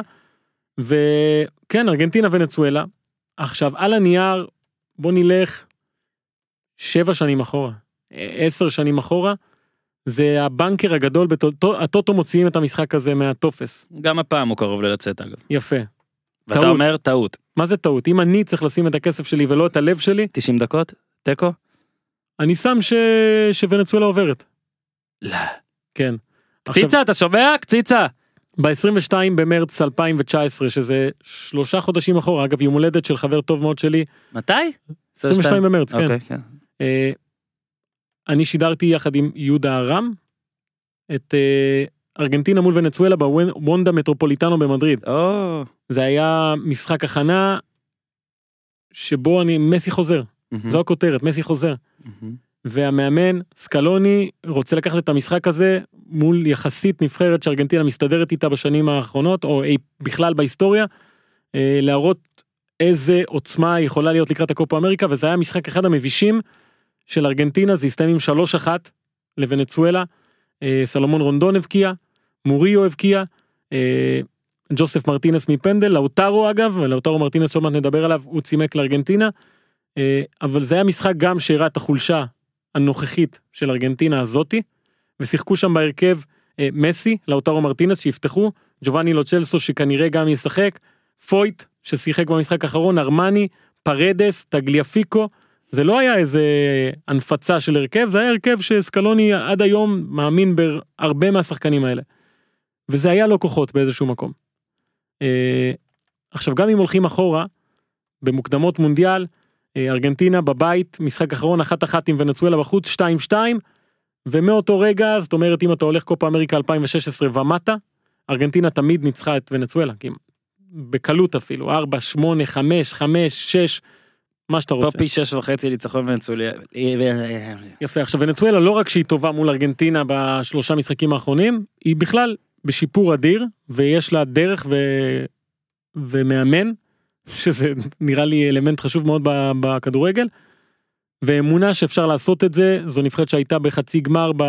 וכן, ארגנטינה ונצואלה, עכשיו על הנייר, בוא נלך שבע שנים אחורה, עשר שנים אחורה, זה הבנקר הגדול, הטוטו מוציאים את המשחק הזה מהטופס. גם הפעם הוא קרוב ללצאת אגב. יפה. ואתה טעות. אומר טעות. מה זה טעות? אם אני צריך לשים את הכסף שלי ולא את הלב שלי. תשעים דקות? טקו? אני שם ש... שוונצואלה עוברת. לא. כן. קציצה, עכשיו... אתה שומע? קציצה. ב-עשרים ושניים במרץ אלפיים ותשע עשרה, שזה שלושה חודשים אחורה, אגב יום הולדת של חבר טוב מאוד שלי. מתי? עשרים ושתיים במרץ, כן. אוקיי, כן. אני שידרתי יחד עם יהודה הרם, את ארגנטינה מול ונצואלה בוונדה מטרופוליטנו במדריד. או. זה היה משחק הכנה שבו אני, מסי חוזר. זו הכותרת, מסי חוזר. והמאמן, סקלוני, רוצה לקחת את המשחק הזה מול יחסית נבחרת שארגנטינה מסתדרת איתה בשנים האחרונות, או אי, בכלל בהיסטוריה, להראות איזה עוצמה יכולה להיות לקראת הקופה אמריקה, וזה היה משחק אחד המבישים של ארגנטינה, זה הסתיים עם שלוש אחת לוונצואלה, סלומון רונדון הבקיע, מוריו הבקיע, ג'וסף מרטינס מפנדל, לאוטרו אגב, ולאוטרו מרטינס שעוד מעט נדבר עליו, הוא צימק לארגנטינה, אבל זה היה משחק גם שהראה את החולשה הנוכחית של ארגנטינה הזאתי, ושיחקו שם בהרכב מסי, לאוטרו מרטינס שיפתחו, ג'ובאני לוצ'לסו שכנראה גם ישחק, פויט ששיחק במשחק האחרון, ארמני, פרדס, טגליאפיקו, זה לא היה איזה הנפצה של הרכב, זה היה הרכב שסקלוני עד היום מאמין בהרבה מהשחקנים האלה. וזה היה לו כוחות באיזשהו מקום. עכשיו גם אם הולכים אחורה, במוקדמות מונדיאל, ארגנטינה בבית, משחק אחרון, אחת אחת עם ונצואלה בחוץ, שתיים שתיים, ומאותו רגע, זאת אומרת אם אתה הולך קופה אמריקה אלפיים ושש עשרה ומטה, ארגנטינה תמיד ניצחה את ונצואלה, כי בקלות אפילו, ארבע, שמונה, חמש, חמש, שש, מה שאתה רוצה. פה פי שש וחצי ניצחון ונצואלה. יפה, עכשיו ונצואלה לא רק שהיא טובה מול ארגנטינה בשלושה משחקים האחרונים, היא בכלל בשיפור אדיר, ויש לה דרך ו... ומאמן, שזה נראה לי אלמנט חשוב מאוד בכדורגל, ואמונה שאפשר לעשות את זה, זו נבחרת שהייתה בחצי גמר ב...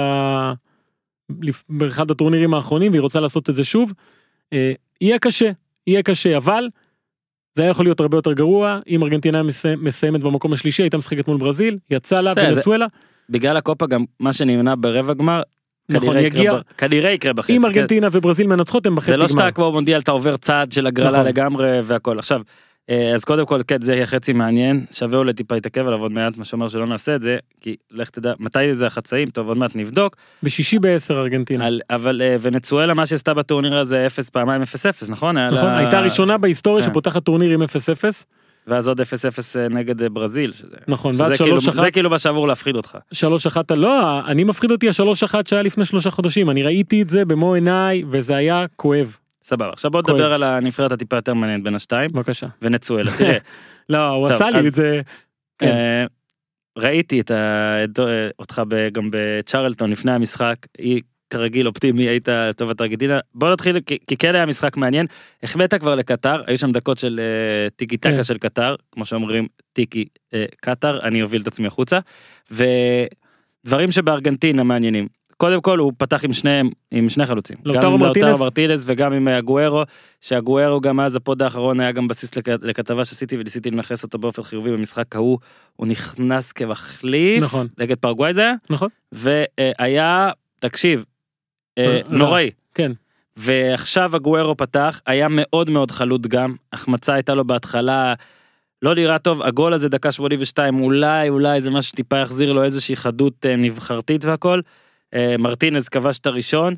באחד הטורנירים האחרונים, והיא רוצה לעשות את זה שוב, יהיה קשה, יהיה קשה, אבל זה היה יכול להיות הרבה יותר גרוע, אם ארגנטינה מסיימת במקום השלישי, הייתה משחקת מול ברזיל, יצא לה ונצואלה. בגלל הקופה גם מה שנמנע ברבע גמר, כנראה יקרה בחצי. אם ארגנטינה וברזיל מנצחות הם בחצי גמר. זה לא שאתה כמו מונדיאל, אתה עובר צעד של הגרלה לגמרי והכל. עכשיו, אז קודם כל, כן, זה יהיה חצי מעניין, שווה אולי טיפה להתעכב עליו עוד מעט, מה שאומר שלא נעשה את זה, כי לך תדע, מתי זה החצאים, טוב, עוד מעט נבדוק. בשישי בעשר ארגנטינה. אבל ונצואלה, מה שעשתה בטורניר הזה, אפס פעמיים אפס אפס, נכון? נכון, הייתה ראשונה בהיסטוריה שפותחת טורניר עם אפס אפס. ואז עוד אפס אפס נגד ברזיל. נכון, ואז שלוש אחת. זה כאילו מה שעבור להפחיד אותך. שלוש אחת, לא, אני מפחיד אותי השלוש אחת שהיה לפני שלושה חודשים, אני ראיתי את זה במו עיניי, וזה היה כואב. סבבה, עכשיו בוא נדבר על הנבחרת הטיפה יותר מעניינת בין השתיים. בבקשה. ונצואלה, תראה. לא, הוא עשה לי את זה. ראיתי אותך גם בצ'רלטון לפני המשחק, היא כרגיל אופטימי, היית טובת ארגנטינה. בוא נתחיל, כי כן היה משחק מעניין. החמאת כבר לקטר, היו שם דקות של טיקי טקה של קטר, כמו שאומרים טיקי קטר, אני אוביל את עצמי החוצה. ודברים שבארגנטינה מעניינים. קודם כל הוא פתח עם שניהם, עם שני חלוצים. גם עם לאוטרו מרטינס וגם עם אגוארו, שאגוארו גם אז הפוד האחרון היה גם בסיס לכתבה שעשיתי, וניסיתי לנחס אותו באופן חיובי במשחק ההוא, הוא נכנס כמחליף, נכון. נגד פרגוואי זה היה, נכון. והיה, תקשיב, נוראי. כן. ועכשיו אגוארו פתח, היה מאוד מאוד חלוט גם, החמצה הייתה לו בהתחלה, לא נראה טוב, הגול הזה דקה שמונים ושתיים, אולי, אולי זה משהו טיפה יחזיר לו איזושהי חדות נבחרתית והכל, מרטינז כבש את הראשון.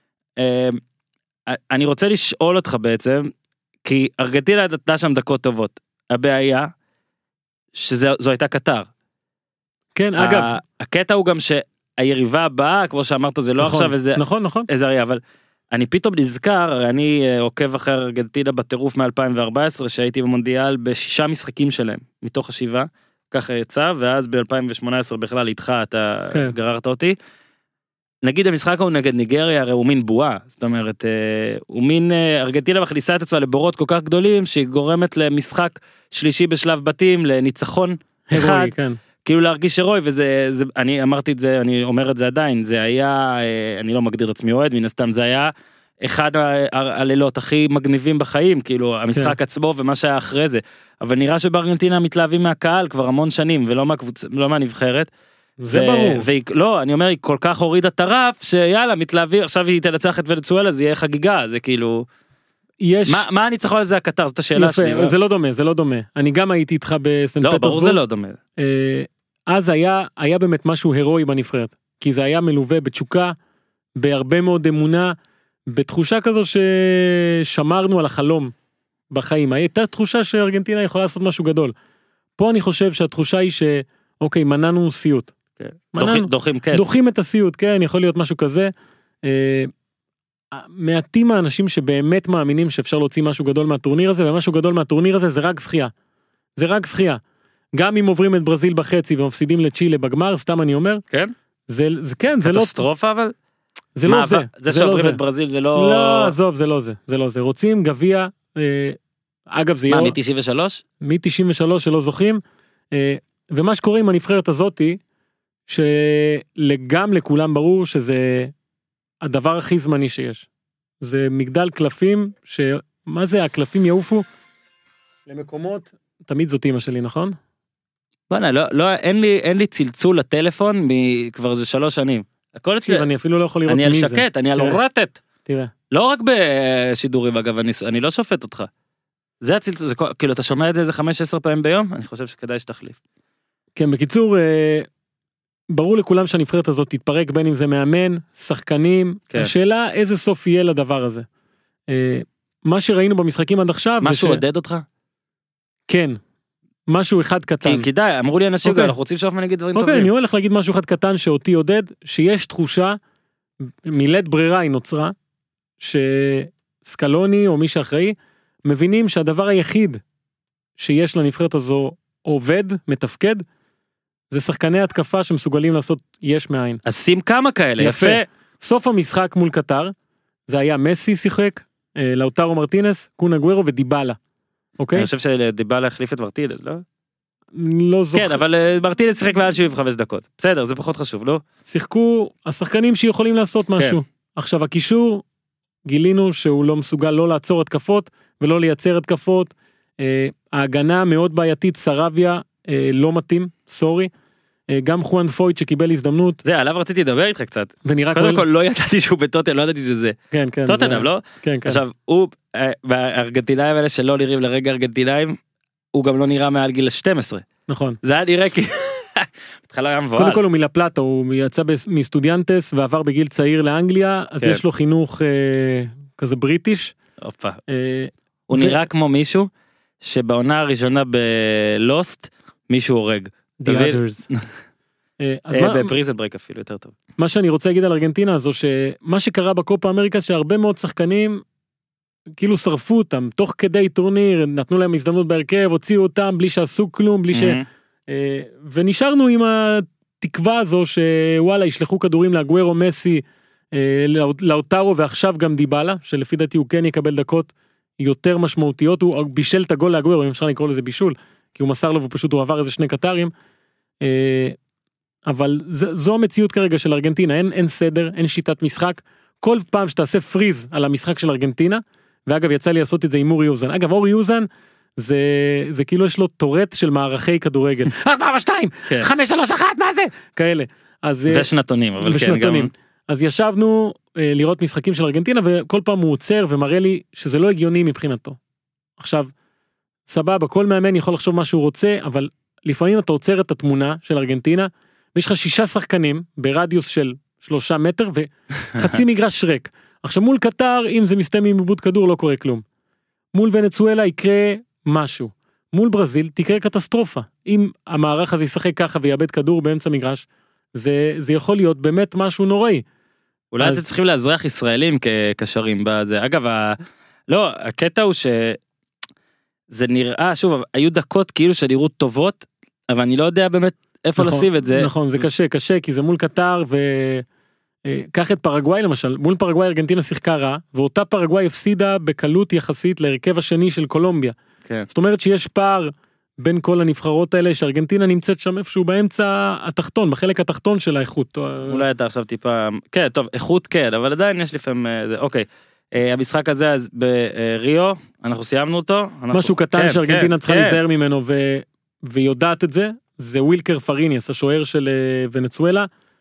אני רוצה לשאול אותך בעצם, כי ארגנטינה נתנה שם דקות טובות, הבעיה שזו הייתה קטר. כן, אגב. הקטע הוא גם שהיריבה הבאה, כמו שאמרת, זה לא עכשיו איזה... נכון, נכון. איזה הרי, אבל אני פתאום נזכר, הרי אני עוקב אחרי ארגנטינה בטירוף מ-אלפיים וארבע עשרה, שהייתי במונדיאל בשישה משחקים שלהם, מתוך השבעה, ככה יצא, ואז ב-אלפיים ושמונה עשרה בכלל איתך, אתה גררת אותי. נגיד המשחק הוא נגד ניגריה, הרי הוא מין בועה, זאת אומרת, הוא מין, ארגנטינה מכניסה את עצמה לבורות כל כך גדולים, שהיא גורמת למשחק שלישי בשלב בתים, לניצחון אחד, כן. כאילו להרגיש הרוי, וזה, זה, אני אמרתי את זה, אני אומר את זה עדיין, זה היה, אני לא מגדיר את עצמי אוהד, מן הסתם זה היה אחד הלילות הכי מגניבים בחיים, כאילו המשחק כן. עצמו ומה שהיה אחרי זה, אבל נראה שבארגנטינה מתלהבים מהקהל כבר המון שנים, ולא מהקבוצ... לא מהנבחרת, זה ו... ברור. והיא, לא, אני אומר, היא כל כך הורידה את הרף, שיאללה, מתלהבים, עכשיו היא תנצח את ונצואלה, זה יהיה חגיגה, זה כאילו... יש... מה, מה אני צריך על זה הקטר? זאת השאלה יפה, שלי. זה לא דומה, זה לא דומה. אני גם הייתי איתך בסנט פטרסבורג. לא, ברור זה לא דומה. אז היה, היה באמת משהו הירואי בנבחרת, כי זה היה מלווה בתשוקה, בהרבה מאוד אמונה, בתחושה כזו ששמרנו על החלום בחיים. הייתה תחושה שארגנטינה יכולה לעשות משהו גדול. פה אני חושב שהתחושה היא שאוקיי, מנענו סיוט. דוחים, דוחים קץ. דוחים את הסיוט, כן, יכול להיות משהו כזה. מעטים האנשים שבאמת מאמינים שאפשר להוציא משהו גדול מהטורניר הזה, ומשהו גדול מהטורניר הזה זה רק זכייה. זה רק זכייה. גם אם עוברים את ברזיל בחצי ומפסידים לצ'ילה בגמר, סתם אני אומר. כן? זה, זה כן, זה לא... קטסטרופה אבל? זה לא זה. זה שעוברים את ברזיל זה לא... לא, עזוב, זה לא זה. זה לא זה. רוצים גביע, אגב זה... מה, מ-תשעים ושלוש? מ-תשעים ושלוש שלא זוכים, ומה שקורה עם הנבחרת הזאתי, שגם לכולם ברור שזה הדבר הכי זמני שיש. זה מגדל קלפים, שמה זה, הקלפים יעופו למקומות, תמיד זאת אמא שלי, נכון? בוא'נה, לא, לא, אין לי, אין לי צלצול לטלפון כבר זה שלוש שנים. הכל אצלי... אני אפילו לא יכול לראות מי זה. אני על שקט, אני על רטט. תראה. לא רק בשידורים, אגב, אני, אני לא שופט אותך. זה הצלצול, זה, כאילו, אתה שומע את זה איזה חמש עשר פעמים ביום? אני חושב שכדאי שתחליף. כן, בקיצור, ברור לכולם שהנבחרת הזאת תתפרק, בין אם זה מאמן, שחקנים, כן. השאלה איזה סוף יהיה לדבר הזה. מה שראינו במשחקים עד עכשיו... משהו עודד אותך? כן, משהו אחד קטן. כי כדאי, אמרו לי אנשים, אנחנו רוצים שאוף מנגיד דברים טובים. אוקיי, אני הולך להגיד משהו אחד קטן שאותי עודד, שיש תחושה, מילת ברירה היא נוצרה, שסקלוני או מי שאחראי, מבינים שהדבר היחיד שיש לנבחרת הזו עובד, מתפקד, זה שחקני התקפה שמסוגלים לעשות יש מאין. אז שים כמה כאלה, יפה. יפה. סוף המשחק מול קטר, זה היה מסי שיחק, לאוטרו מרטינס, קונה גוורו ודיבלה. אוקיי? אני חושב שדיבלה החליף את מרטינס, לא? לא זוכר. כן, אבל מרטינס שיחק מעל שבעים וחמש דקות. בסדר, זה פחות חשוב, לא? שיחקו השחקנים שיכולים לעשות משהו. כן. עכשיו, הקישור, גילינו שהוא לא מסוגל לא לעצור התקפות, ולא לייצר התקפות. אה, ההגנה מאוד בעייתית, סרביה, אה, לא מתאים, סורי. אה, גם חואן פויט שקיבל הזדמנות. זה, עליו רציתי לדבר איתך קצת. ונראה קודם כל, לא ידעתי שהוא בטוטל, לא ידעתי שזה זה. כן, כן. טוטנהאם, לא? כן, כן. עכשיו, הוא, הארגנטינאים האלה שלא נראים לרגע ארגנטינאים, הוא גם לא נראה מעל גיל שתים עשרה. נכון. זה היה נראה כי... התחלה היה מבועל. קודם כל הוא מלפלטה, הוא יצא מסטודיאנטס ועבר בגיל צעיר לאנגליה, אז יש לו חינוך כזה בריטיש. אופה. הוא נראה כמו מישהו שבעונה הראשונה בלוסט מישהו הורג. The others. בפריזן ברייק אפילו יותר טוב. מה שאני רוצה להגיד על ארגנטינה זו שמה שקרה בקופה אמריקה שהרבה מאוד שחקנים כאילו שרפו אותם תוך כדי טורניר, נתנו להם הזדמנות בהרכב, הוציאו אותם בלי שעשו כלום, בלי ש... ונשארנו עם התקווה הזו שוואלה ישלחו כדורים לאגוורו, מסי, לאוטרו ועכשיו גם דיבלה, שלפי דעתי הוא כן יקבל דקות יותר משמעותיות, הוא בישל את הגול לאגוורו, אם אפשר לקרוא לזה בישול, כי הוא מסר לו ופשוט הוא עבר איזה שני קטרים, אבל זו המציאות כרגע של ארגנטינה, אין, אין סדר, אין שיטת משחק, כל פעם שתעשה פריז על המשחק של ארגנטינה, ואגב יצא לי לעשות את זה עם אורי יוזן, אגב אורי יוזן, זה, זה כאילו יש לו טורט של מערכי כדורגל, ארבע, ארבע, שתיים, חמש, שלוש, אחת, מה זה? כאלה. אז, ושנתונים, אבל ושנתונים. כן, גם... אז ישבנו אה, לראות משחקים של ארגנטינה, וכל פעם הוא עוצר ומראה לי שזה לא הגיוני מבחינתו. עכשיו, סבבה, כל מאמן יכול לחשוב מה שהוא רוצה, אבל לפעמים אתה עוצר את התמונה של ארגנטינה, ויש לך שישה שחקנים ברדיוס של שלושה מטר, וחצי מגרש שרק. עכשיו מול קטר, אם זה מסתיים עם עיבוד כדור, לא קורה כלום. מול ונצואלה יקרה משהו. מול ברזיל תקרה קטסטרופה. אם המערך הזה ישחק ככה ויאבד כדור באמצע מגרש, זה, זה יכול להיות באמת משהו נוראי. אולי אז... אתם צריכים להזרח ישראלים כקשרים בזה. אגב, ה... לא, הקטע הוא שזה נראה, שוב, היו דקות כאילו שנראו טובות, אבל אני לא יודע באמת איפה נכון, לשים את זה. נכון, זה קשה, קשה, כי זה מול קטר ו... קח את פרגוואי למשל, מול פרגוואי ארגנטינה שיחקה רע, ואותה פרגוואי הפסידה בקלות יחסית להרכב השני של קולומביה. כן. זאת אומרת שיש פער בין כל הנבחרות האלה, שארגנטינה נמצאת שם איפשהו באמצע התחתון, בחלק התחתון של האיכות. אולי אתה עכשיו טיפה, כן, טוב, איכות כן, אבל עדיין יש לפעמים, אוקיי. המשחק הזה אז בריו, אנחנו סיימנו אותו. משהו קטן שארגנטינה צריכה להיזהר ממנו, ויודעת את זה, זה ווילקר פריניאס, השוער של ונצואלה,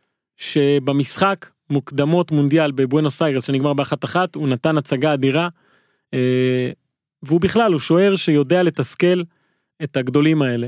שבמשחק מוקדמות מונדיאל בבואנוס איירס שנגמר באחת אחת, הוא נתן הצגה אדירה, והוא בכלל, הוא שוער שיודע לתסכל את הגדולים האלה.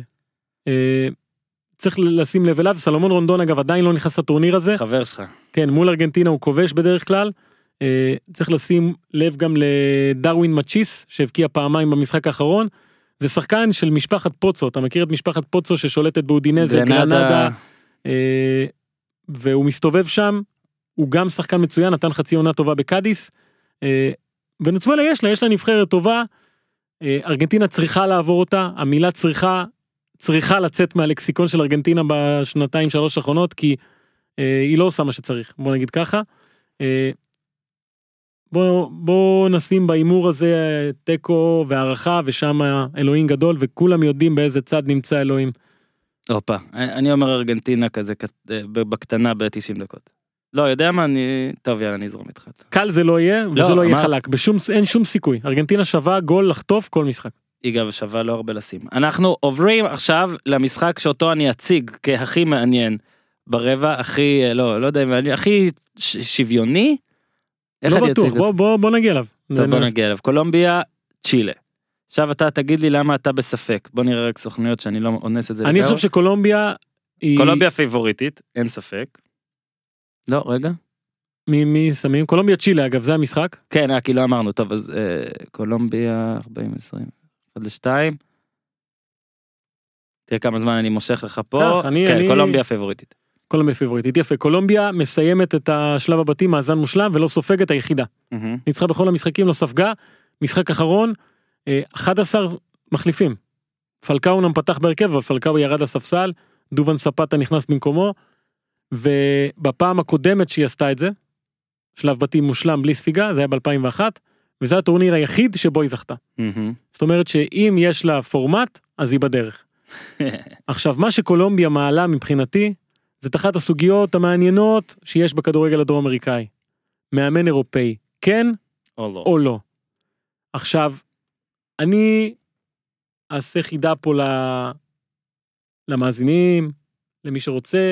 צריך לשים לב אליו, סלומון רונדון אגב עדיין לא נכנס לטורניר הזה. חבר שלך. כן, מול ארגנטינה הוא כובש בדרך כלל, צריך לשים לב גם לדרווין מצ'יס, שהבקיע פעמיים במשחק האחרון, זה שחקן של משפחת פוצו, אתה מכיר את משפחת פוצו ששולטת באודינזה, גרנדה, והוא מסתובב שם, הוא גם שחקן מצוין, נתן חצי עונה טובה בקאדיס, ונצואלה יש לה, יש לה נבחרת טובה, ארגנטינה צריכה לעבור אותה, המילה צריכה, צריכה לצאת מהלקסיקון של ארגנטינה בשנתיים שלוש האחרונות, כי היא לא עושה מה שצריך, בוא נגיד ככה. בוא, בוא נשים באימור הזה טקו והערכה, ושם אלוהים גדול, וכולם יודעים באיזה צד נמצא אלוהים. אופה, אני אומר ארגנטינה כזה, בקטנה ב-תשעים דקות. לא, יודע מה, אני... טוב, יאללה, אני אזרום איתך. קל זה לא יהיה, וזה לא יהיה חלק, בשום, אין שום סיכוי. ארגנטינה שווה גול לחטוף כל משחק. היא גם שווה לא הרבה לשים. אנחנו עוברים עכשיו למשחק שאותו אני אציג כהכי מעניין, ברבע, הכי, לא, לא יודע, הכי שוויוני. לא בטוח, בוא, בוא, בוא נגיע אליו. טוב, בוא נגיע אליו. קולומביה, צ'ילה. עכשיו אתה תגיד לי למה אתה בספק. בוא נראה רק סוכניות שאני לא אונס את זה. אני חושב שקולומביה היא... קולומביה פיבוריטית, אין ספק. לא, רגע. מי, מי שמים? קולומביה צ'ילה, אגב, זה המשחק? כן, אה, כי לא אמרנו. טוב, אז אה, קולומביה ארבעים עשרים. עד לשתיים. תראה כמה זמן אני מושך לך פה. כך, אני, כן, אני... קולומביה פיבוריטית. קולומביה פיבוריטית, יפה. קולומביה מסיימת את השלב הבתים, מאזן מושלם, ולא סופגת היחידה. Mm-hmm. ניצחה בכל המשחקים, לא ספגה. משחק אחרון, אחד עשר מחליפים. פלקאו נם פתח בהרכב, אבל פלקאו ירד לספסל, דובן ספטה נכנס במקומו, ובפעם הקודמת שהיא עשתה את זה, שלב בתים מושלם בלי ספיגה, זה היה ב-אלפיים ואחת, וזה הטורניר היחיד שבו היא זכתה. Mm-hmm. זאת אומרת שאם יש לה פורמט, אז היא בדרך. עכשיו, מה שקולומביה מעלה מבחינתי, זה אחת הסוגיות המעניינות שיש בכדורגל הדרום אמריקאי. מאמן אירופאי, כן או לא. או לא. עכשיו, אני אעשה חידה פה למאזינים, למי שרוצה,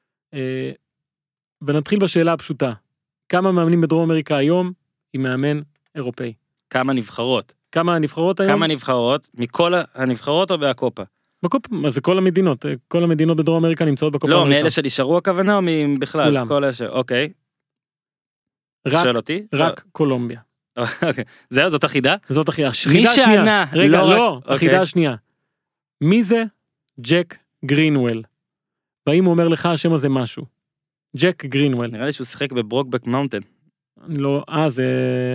ונתחיל בשאלה הפשוטה. כמה מאמנים בדרום אמריקה היום עם מאמן אירופאי? כמה נבחרות? כמה הנבחרות היום? כמה נבחרות? מכל הנבחרות או בהקופה? בקופה, מה זה כל המדינות, כל המדינות בדרום אמריקה נמצאות בקופה. לא, מאלה שנשארו הכוונה או בכלל? כולם. כל אלה, אוקיי. רק, שואל אותי? רק קולומביה. אוקיי. זהו, זאת החידה? זאת החידה. מי שענה, רגע, לא, לא, רק... החידה אוקיי. השנייה. מי זה? ג'ק גרינוול. והאם הוא אומר לך השם הזה משהו? ג'ק גרינוול. נראה לי שהוא שיחק בברוקבק מאונטן. לא, אה, זה...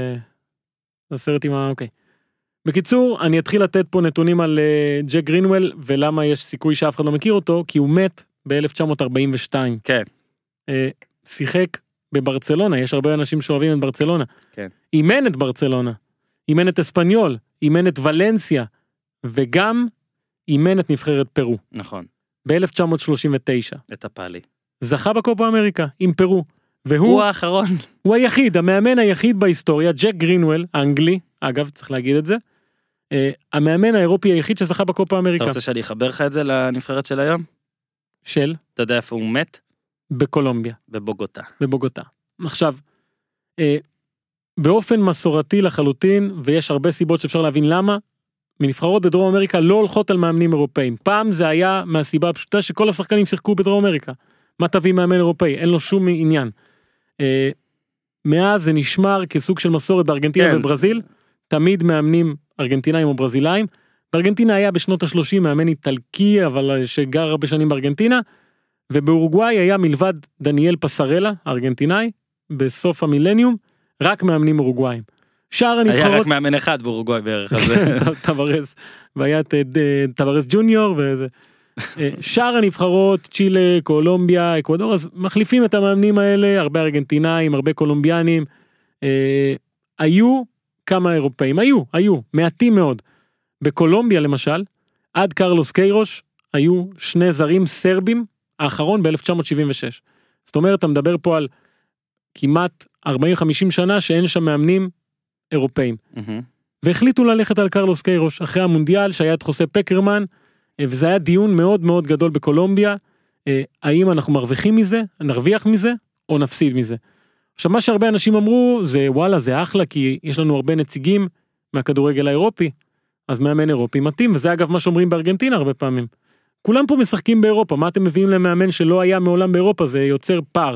זה סרט עם ה... אוקיי. בקיצור, אני אתחיל לתת פה נתונים על uh, ג'ק גרינוול, ולמה יש סיכוי שאף אחד לא מכיר אותו, כי הוא מת ב-אלף תשע מאות ארבעים ושתיים. כן. Uh, שיחק בברצלונה, יש הרבה אנשים שאוהבים את ברצלונה. כן. אימן את ברצלונה, אימן את אספניול, אימן את ולנסיה, וגם אימן את נבחרת פרו. נכון. ב-אלף תשע מאות שלושים ותשע. את הפאלי. זכה בקופה אמריקה, עם פרו. והוא... הוא האחרון. הוא היחיד, המאמן היחיד בהיסטוריה, ג'ק גרינוול, האנגלי, אגב, צריך להגיד את זה, uh, המאמן האירופי היחיד שזכה בקופה אמריקה. אתה רוצה שאני אחבר לך את זה לנבחרת של היום? של? אתה יודע איפה הוא מת? בקולומביה. בבוגוטה. בבוגוטה. עכשיו, uh, באופן מסורתי לחלוטין, ויש הרבה סיבות שאפשר להבין למה, מנבחרות בדרום אמריקה לא הולכות על מאמנים אירופאים. פעם זה היה מהסיבה הפשוטה שכל השחקנים שיחקו בדרום אמריקה. מה תביא מאמן אירופאי? אין לו שום עניין. Uh, מאז זה נשמר כסוג של מסורת בארגנטינה כן. וברזיל, תמיד מאמנים ארגנטינאים או ברזילאים, בארגנטינה היה בשנות ה-שלושים מאמן איטלקי, אבל שגר הרבה שנים בארגנטינה, ובאורוגוואי היה מלבד דניאל פסרלה, הארגנטינאי, בסוף המילניום, רק מאמנים אורוגוואים. שאר הנבחרות... היה רק מאמן אחד באורוגוואי בערך הזה. טוורס, והיה את טוורס ג'וניור, וזה... שאר הנבחרות, צ'ילה, קולומביה, אקוודור, אז מחליפים את המאמנים האלה, הרבה ארגנטינאים, הרבה קולומביאנים, אה, היו כמה אירופאים, היו, היו, מעטים מאוד. בקולומביה למשל, עד קרלוס קיירוש, היו שני זרים סרבים, האחרון ב-אלף תשע מאות שבעים ושש. זאת אומרת, אתה מדבר פה על כמעט ארבעים חמישים שנה, שאין שם מאמנים אירופאים. Mm-hmm. והחליטו ללכת על קרלוס קיירוש, אחרי המונדיאל, שהיה את חוסה פקרמן, וזה היה דיון מאוד מאוד גדול בקולומביה, האם אנחנו מרוויחים מזה, נרוויח מזה, או נפסיד מזה. עכשיו, מה שהרבה אנשים אמרו, זה וואלה, זה אחלה, כי יש לנו הרבה נציגים מהכדורגל האירופי, אז מאמן אירופי מתאים, וזה אגב מה שאומרים בארגנטינה הרבה פעמים. כולם פה משחקים באירופה, מה אתם מביאים למאמן שלא היה מעולם באירופה, זה יוצר פער.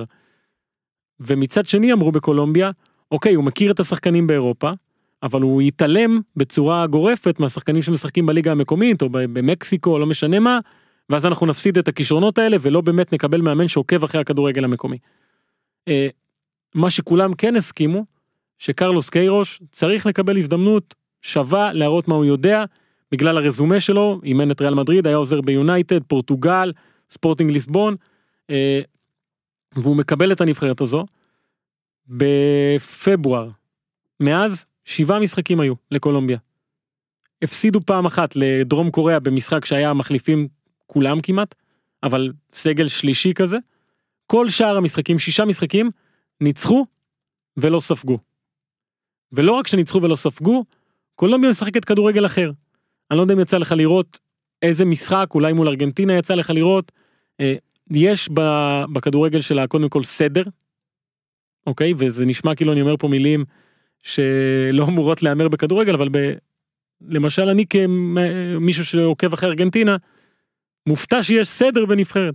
ומצד שני אמרו בקולומביה, אוקיי, הוא מכיר את השחקנים באירופה, אבל הוא יתעלם בצורה גורפת מהשחקנים שמשחקים בליגה המקומית, או במקסיקו, או לא משנה מה, ואז אנחנו נפסיד את הכישרונות האלה, ולא באמת נקבל מאמן שעוקב אחרי הכדורגל המקומי. מה שכולם כן הסכימו, שקרלוס קיירוש צריך לקבל הזדמנות שווה להראות מה הוא יודע, בגלל הרזומה שלו, אימן את ריאל מדריד, היה עוזר ביונייטד, פורטוגל, ספורטינג ליסבון, והוא מקבל את הנבחרת הזו, בפברואר, מאז שבעה משחקים היו לקולומביה, הפסידו פעם אחת לדרום קוריאה במשחק שהיה מחליפים כולם כמעט, אבל סגל שלישי כזה, כל שאר המשחקים, שישה משחקים, ניצחו ולא ספגו. ולא רק שניצחו ולא ספגו, קולומביה משחקת כדורגל אחר. אני לא יודע אם יצא לך לראות איזה משחק, אולי מול ארגנטינה יצא לך לראות, יש בכדורגל שלה קודם כל סדר, אוקיי? וזה נשמע כאילו אני אומר פה מילים שלא אמורות לאמר בכדורגל, אבל ב... למשל אני כמישהו שעוקב אחרי ארגנטינה, מופתע שיש סדר בנבחרת.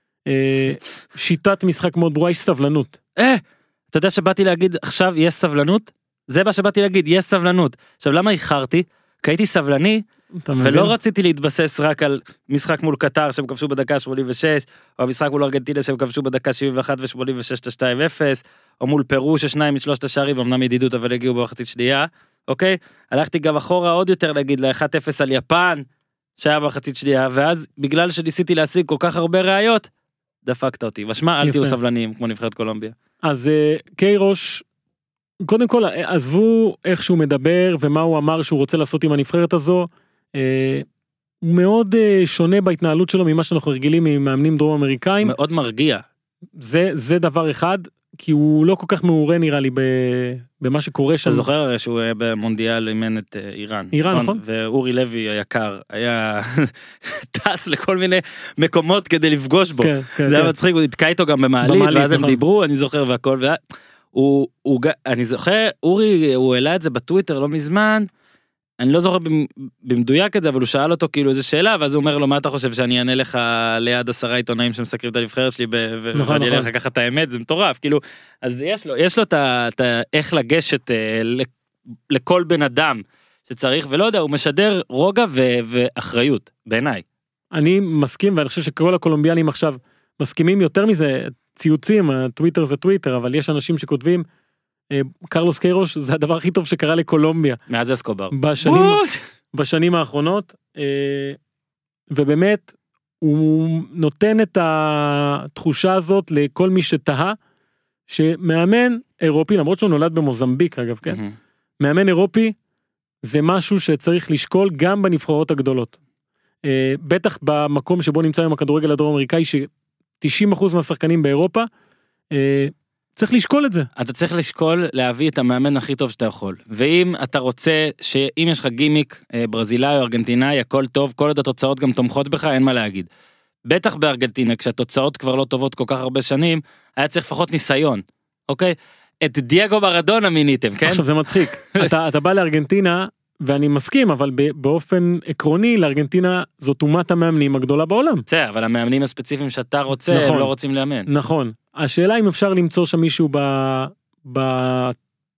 שיטת משחק מאוד ברורה, יש סבלנות. אה, אתה יודע שבאתי להגיד עכשיו יש סבלנות? זה מה שבאתי להגיד, יש סבלנות. עכשיו למה איחרתי? כי הייתי סבלני, ולא רציתי להתבסס רק על משחק מול קטר שהם כבשו בדקה שמונים ושש, או המשחק מול ארגנטינה שהם כבשו בדקה שבעים ואחת ו-שמונים ושש ל-שתיים אפס, או מול פרו ששניים משלושת השערים, אמנם ידידות אבל הגיעו במחצית שנייה, אוקיי? הלכתי גם אחורה עוד יותר להגיד ל-אחת אפס על יפן, שהיה במחצית שנייה, ואז בגלל שניסיתי להשיג כל כך הרבה ראיות, דפקת אותי. ושמע, אל תהיו סבלניים כמו נבחרת קולומביה. אז קיירוש, קודם כל, עזבו איך שהוא מדבר, ומה הוא אמר שהוא רוצה לעשות עם הנבחרת הזו, הוא מאוד שונה בהתנהלות שלו ממה שאנחנו רגילים ממאמנים דרום אמריקאים. מאוד מרגיע. זה, זה דבר אחד, כי הוא לא כל כך מעורה נראה לי במה שקורה שם. אתה זוכר הרי שהוא היה במונדיאל אימן את איראן. איראן, נכון. ואורי לוי היקר היה טס לכל מיני מקומות כדי לפגוש בו. זה היה מצחיק, הוא נתקע איתו גם במעלית, ואז הם דיברו, אני זוכר והכל, אני זוכר, אורי, הוא העלה את זה בטוויטר לא מזמן, אני לא זוכר במדויק את זה, אבל הוא שאל אותו כאילו איזה שאלה, ואז הוא אומר לו, מה אתה חושב שאני אענה לך ליד עשרה עיתונאים שמסקרים את הנבחרת שלי, ואני אענה לך ככה את האמת, זה מטורף, כאילו, אז יש לו, יש לו את איך לגשת לכל בן אדם שצריך, ולא יודע, הוא משדר רוגע ואחריות, בעיניי. אני מסכים, ואני חושב שכל הקולומביאנים עכשיו מסכימים יותר מזה, ציוצים, הטוויטר זה טוויטר, אבל יש אנשים שכותבים, קרלוס קיירוש זה הדבר הכי טוב שקרה לקולומביה. מאז אסקובר. בשנים, בשנים האחרונות, ובאמת, הוא נותן את התחושה הזאת לכל מי שתהה, שמאמן אירופי, למרות שהוא נולד במוזמביק אגב, כן? מאמן אירופי, זה משהו שצריך לשקול גם בנבחרות הגדולות. בטח במקום שבו נמצא עם הכדורגל הדרום אמריקאי, ש-תשעים אחוז מהשחקנים באירופה, צריך לשקול את זה. אתה צריך לשקול להביא את המאמן הכי טוב שאתה יכול. ואם אתה רוצה, שאם יש לך גימיק ברזילאי או ארגנטינאי, הכל טוב, כל עוד התוצאות גם תומכות בך, אין מה להגיד. בטח בארגנטינה, כשהתוצאות כבר לא טובות כל כך הרבה שנים, היה צריך לפחות ניסיון. אוקיי? את דיאגו מרדונה מיניתם, כן? עכשיו זה מצחיק. אתה, אתה בא לארגנטינה, ואני מסכים, אבל באופן עקרוני, לארגנטינה זאת אומת המאמנים הגדולה בעולם. בסדר, אבל המאמנים הספציפיים שאתה רוצה, נכון, הם לא רוצים לאמן. נכון. השאלה אם אפשר למצוא שם מישהו בפער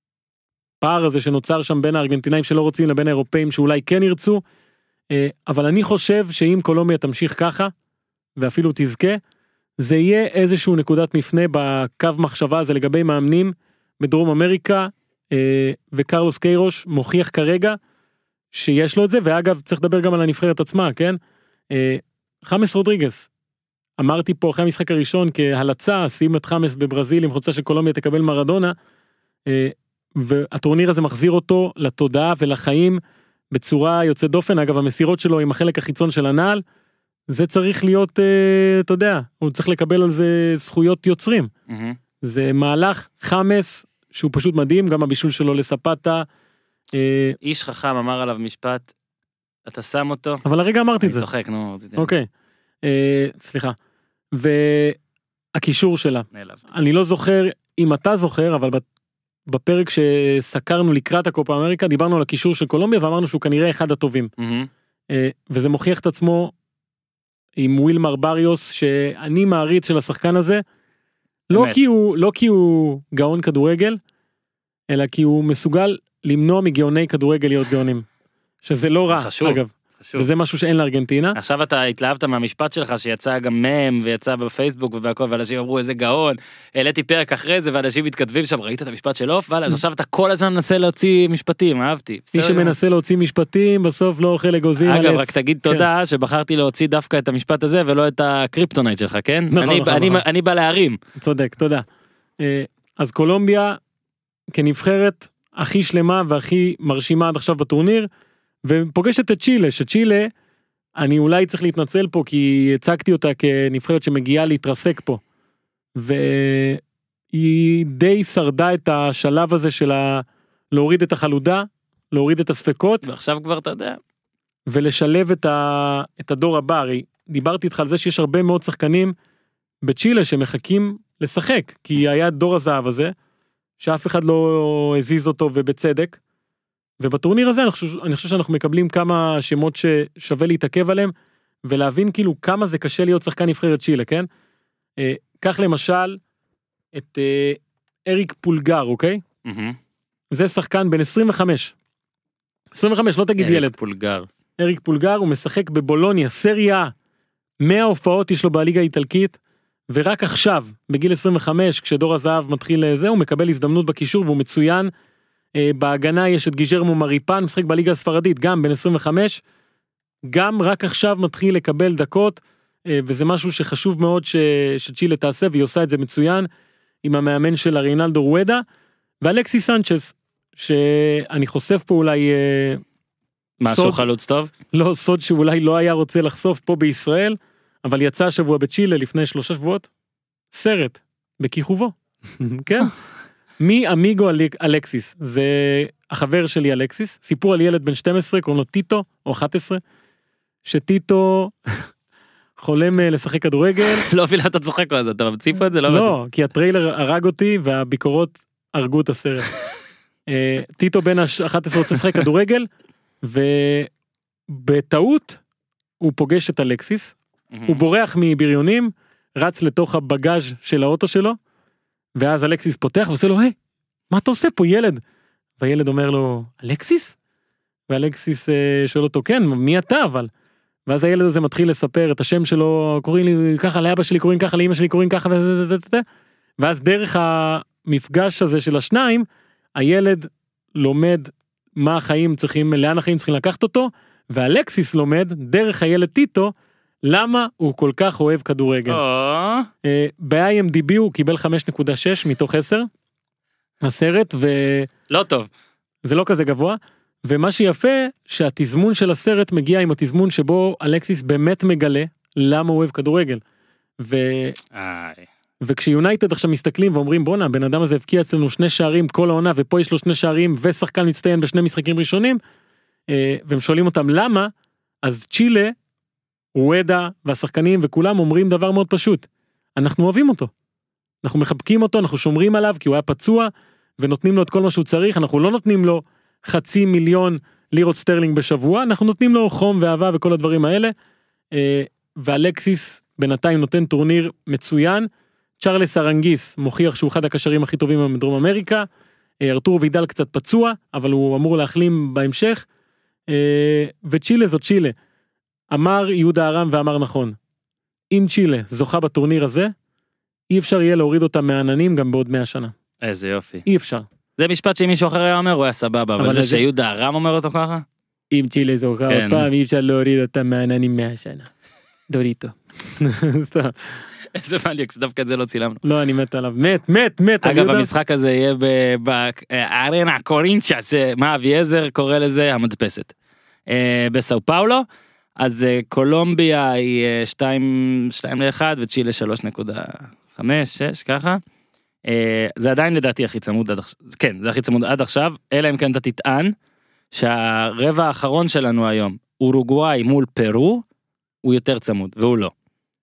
הזה שנוצר שם בין הארגנטינאים שלא רוצים לבין האירופאים שאולי כן ירצו, אבל אני חושב שאם קולומביה תמשיך ככה, ואפילו תזכה, זה יהיה איזשהו נקודת מפנה בקו מחשבה הזה לגבי מאמנים בדרום אמריקה, וקרלוס קיירוש מוכיח כרגע שיש לו את זה, ואגב צריך לדבר גם על הנבחרת עצמה, כן? חמאס רודריגס, אמרתי פה אחרי המשחק הראשון כהלצה, שים את חמאס בברזיל עם חוצה שקולומביה תקבל מרדונה, והטורניר הזה מחזיר אותו לתודעה ולחיים בצורה יוצאת דופן. אגב המסירות שלו עם החלק החיצון של הנעל, זה צריך להיות, אתה יודע, הוא צריך לקבל על זה זכויות יוצרים. Mm-hmm. זה מהלך חמאס שהוא פשוט מדהים, גם הבישול שלו לספטה. איש חכם אמר עליו משפט, אתה שם אותו. אבל הרגע אמרתי את זה. אני צוחק, נו. אוקיי, סליחה. והקישור שלה. אני לא זוכר אם אתה זוכר, אבל בפרק שסקרנו לקראת הקופה אמריקה, דיברנו על הקישור של קולומביה, ואמרנו שהוא כנראה אחד הטובים. וזה מוכיח את עצמו עם ווילמר בריוס, שאני מעריץ של השחקן הזה, לא כי הוא, לא כי הוא גאון כדורגל, אלא כי הוא מסוגל למנוע מגאוני כדורגל להיות גאונים. שזה לא רע, חשוב, אגב. חשוב. וזה משהו שאין לארגנטינה. עכשיו אתה התלהבת מהמשפט שלך שיצא גם מם ויצא בפייסבוק ובהכל, ואנשים אמרו איזה גאון, העליתי פרק אחרי זה ואנשים מתכתבים שם, ראית את המשפט של אוף? וואלה, אז עכשיו אתה כל הזמן מנסה להוציא משפטים, אהבתי. מי שמנסה להוציא משפטים בסוף לא אוכל אגוזים על עץ. אגב, רק תגיד תודה שבחרתי להוציא דווקא את המשפט הזה ולא את הקריפטונייט שלך, כן? אני בא להרים. צודק, תודה. אז קולומביה כנבחרת הכי שלמה והכי מרשימה עד עכשיו בטורניר, ופוגשת את צ'ילה, שצ'ילה, אני אולי צריך להתנצל פה, כי הצגתי אותה כנבחרת שמגיעה להתרסק פה, והיא די שרדה את השלב הזה של להוריד את החלודה, להוריד את הספקות, ועכשיו כבר אתה יודע, ולשלב את, ה... את הדור הבא. הרי דיברתי איתך על זה שיש הרבה מאוד שחקנים בצ'ילה שמחכים לשחק, כי היה דור הזהב הזה, שאף אחד לא הזיז אותו ובצדק, ובטורניר הזה אני חושב, אני חושב שאנחנו מקבלים כמה שמות ששווה להתעכב עליהם, ולהבין כאילו כמה זה קשה להיות שחקן נבחרת צ'ילה, כן? אה, כך למשל, את אה, אריק פולגר, אוקיי? Mm-hmm. זה שחקן בן עשרים וחמש. עשרים וחמש, לא תגיד אריק ילד. אריק פולגר. אריק פולגר, הוא משחק בבולוניה, סריה, מאה הופעות יש לו בליגה האיטלקית, ורק עכשיו, בגיל עשרים וחמש, כשדור הזהב מתחיל לזה, הוא מקבל הזדמנות בקישור, והוא מצוין. בהגנה יש את גיז'רמו מריפן, משחק בליגה הספרדית, גם בן עשרים וחמש, גם רק עכשיו מתחיל לקבל דקות, וזה משהו שחשוב מאוד ש... שצ'ילה תעשה, והיא עושה את זה מצוין, עם המאמן של ריינלדו רואדה, ואלכסי סנצ'ס, שאני חושף פה אולי... משהו סוד, חלוץ טוב? לא, סוד שאולי לא היה רוצה לחשוף פה בישראל, אבל יצא השבוע בצ'ילה לפני שלושה שבועות, סרט, בכיכובו, כן? מי אמיגו אלקסיס, זה החבר שלי אלקסיס, סיפור על ילד בן שתים עשרה, קוראים לו טיטו, או אחת עשרה, שטיטו חולם לשחק כדורגל. לא אפילו אתה צוחק על זה, אתה ממציא פה את זה? לא, כי הטריילר הרג אותי, והביקורות הרגו את הסרט. טיטו בן אחת עשרה רוצה לשחק כדורגל, ובטעות הוא פוגש את אלקסיס, הוא בורח מבריונים, רץ לתוך הבגאז' של האוטו שלו, ואז אלקסיס פותח ועושה לו, היי, מה אתה עושה פה ילד? והילד אומר לו, אלקסיס? ואלקסיס שואל אותו, כן, מי אתה אבל? ואז הילד הזה מתחיל לספר את השם שלו, קוראים לי ככה, לאבא שלי קוראים ככה, לאמא שלי קוראים ככה, ואז דרך המפגש הזה של השניים, הילד לומד מה החיים צריכים, לאן החיים צריכים לקחת אותו, ואלקסיס לומד דרך הילד טיטו, למה הוא כל כך אוהב כדורגל. ב-איי אם די בי הוא קיבל חמש נקודה שש מתוך עשר, הסרט, ו... לא טוב. זה לא כזה גבוה, ומה שיפה, שהתזמון של הסרט מגיע עם התזמון שבו אלקסיס באמת מגלה למה הוא אוהב כדורגל. ו... וכשיונייטד עכשיו מסתכלים ואומרים, בונה, הבן אדם הזה הבקיע אצלנו שני שערים כל העונה, ופה יש לו שני שערים ושחקן מצטיין בשני משחקים ראשונים, והם שואלים אותם למה, אז צ'ילה, רואדה והשחקנים וכולם אומרים דבר מאוד פשוט, אנחנו אוהבים אותו, אנחנו מחבקים אותו, אנחנו שומרים עליו כי הוא היה פצוע, ונותנים לו את כל מה שהוא צריך, אנחנו לא נותנים לו חצי מיליון לירות סטרלינג בשבוע, אנחנו נותנים לו חום ואהבה וכל הדברים האלה, ואלקסיס בינתיים נותן טורניר מצוין, צ'רלס ארנגיס מוכיח שהוא אחד הקשרים הכי טובים בדרום אמריקה, ארתור וידל קצת פצוע, אבל הוא אמור להחלים בהמשך, וצ'ילה זו צ'ילה, אמר יהודה ארם ואמר נכון, אם צ'ילה זוכה בטורניר הזה, אי אפשר יהיה להוריד אותה מהעננים גם בעוד מאה שנה. איזה יופי. אי אפשר. זה משפט שמישהו אחר היה אומר, הוא היה סבבה, אבל זה שיהודה ארם אומר אותו ככה? אם צ'ילה זוכה עוד פעם, אי אפשר להוריד אותה מהעננים מאה שנה. דוריטו. סתם. איזה מליוק, שדווקא את זה לא צילמנו. לא, אני מת עליו. מת, מת, מת. אגב, המשחק הזה יהיה בארנה קורינצ'ה, מה אביעזר קורא לזה המדפסת. בסאו פאולו, אז קולומביה היא שתיים לאחת וצ'ילה שלוש נקודה חמש, שש, ככה. זה עדיין לדעתי הכי צמוד עד עכשיו, כן, זה הכי צמוד עד עכשיו, אלא אם כן אתה תטען, שהרבע האחרון שלנו היום, אורוגוואי מול פרו, הוא יותר צמוד, והוא לא.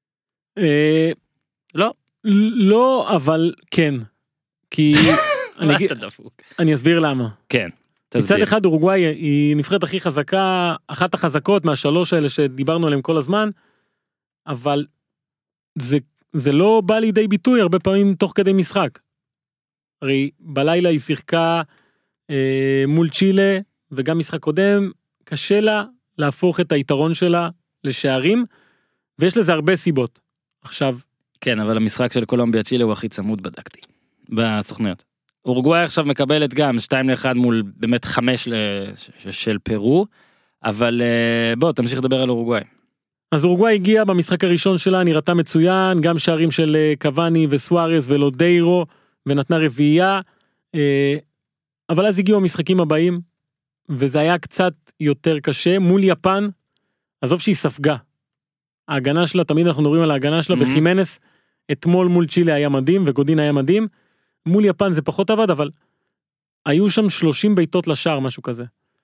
לא. לא, אבל כן. כי... אני אסביר למה. כן. תסביר. מצד אחד אורוגוואי היא נבחרת הכי חזקה, אחת החזקות מהשלוש האלה שדיברנו עליהם כל הזמן, אבל זה, זה לא בא לידי ביטוי הרבה פעמים תוך כדי משחק. הרי בלילה היא שיחקה אה, מול צ'ילה, וגם משחק קודם, קשה לה להפוך את היתרון שלה לשערים, ויש לזה הרבה סיבות. עכשיו... כן, אבל המשחק של קולומביה צ'ילה הוא הכי צמוד, בדקתי, בסוכניות. אורוגוואי עכשיו מקבלת גם שתיים לאחד מול באמת חמש של פרו, אבל בוא, תמשיך לדבר על אורוגוואי. אז אורוגוואי הגיעה במשחק הראשון שלה, נראתה מצוין, גם שערים של קוואני וסוארס ולודיירו, ונתנה רביעייה, אבל אז הגיעו המשחקים הבאים, וזה היה קצת יותר קשה, מול יפן, עזוב שהיא ספגה. ההגנה שלה, תמיד אנחנו מדברים על ההגנה שלה, mm-hmm. בחימנס, אתמול מול צ'ילה היה מדהים, וגודין היה מדהים, מול יפן זה פחות עבד, אבל היו שם שלושים ביתות לשער, משהו כזה.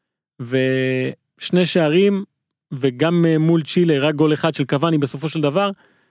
ושני שערים, וגם מול צ'ילה, רק גול אחד של קוואני בסופו של דבר,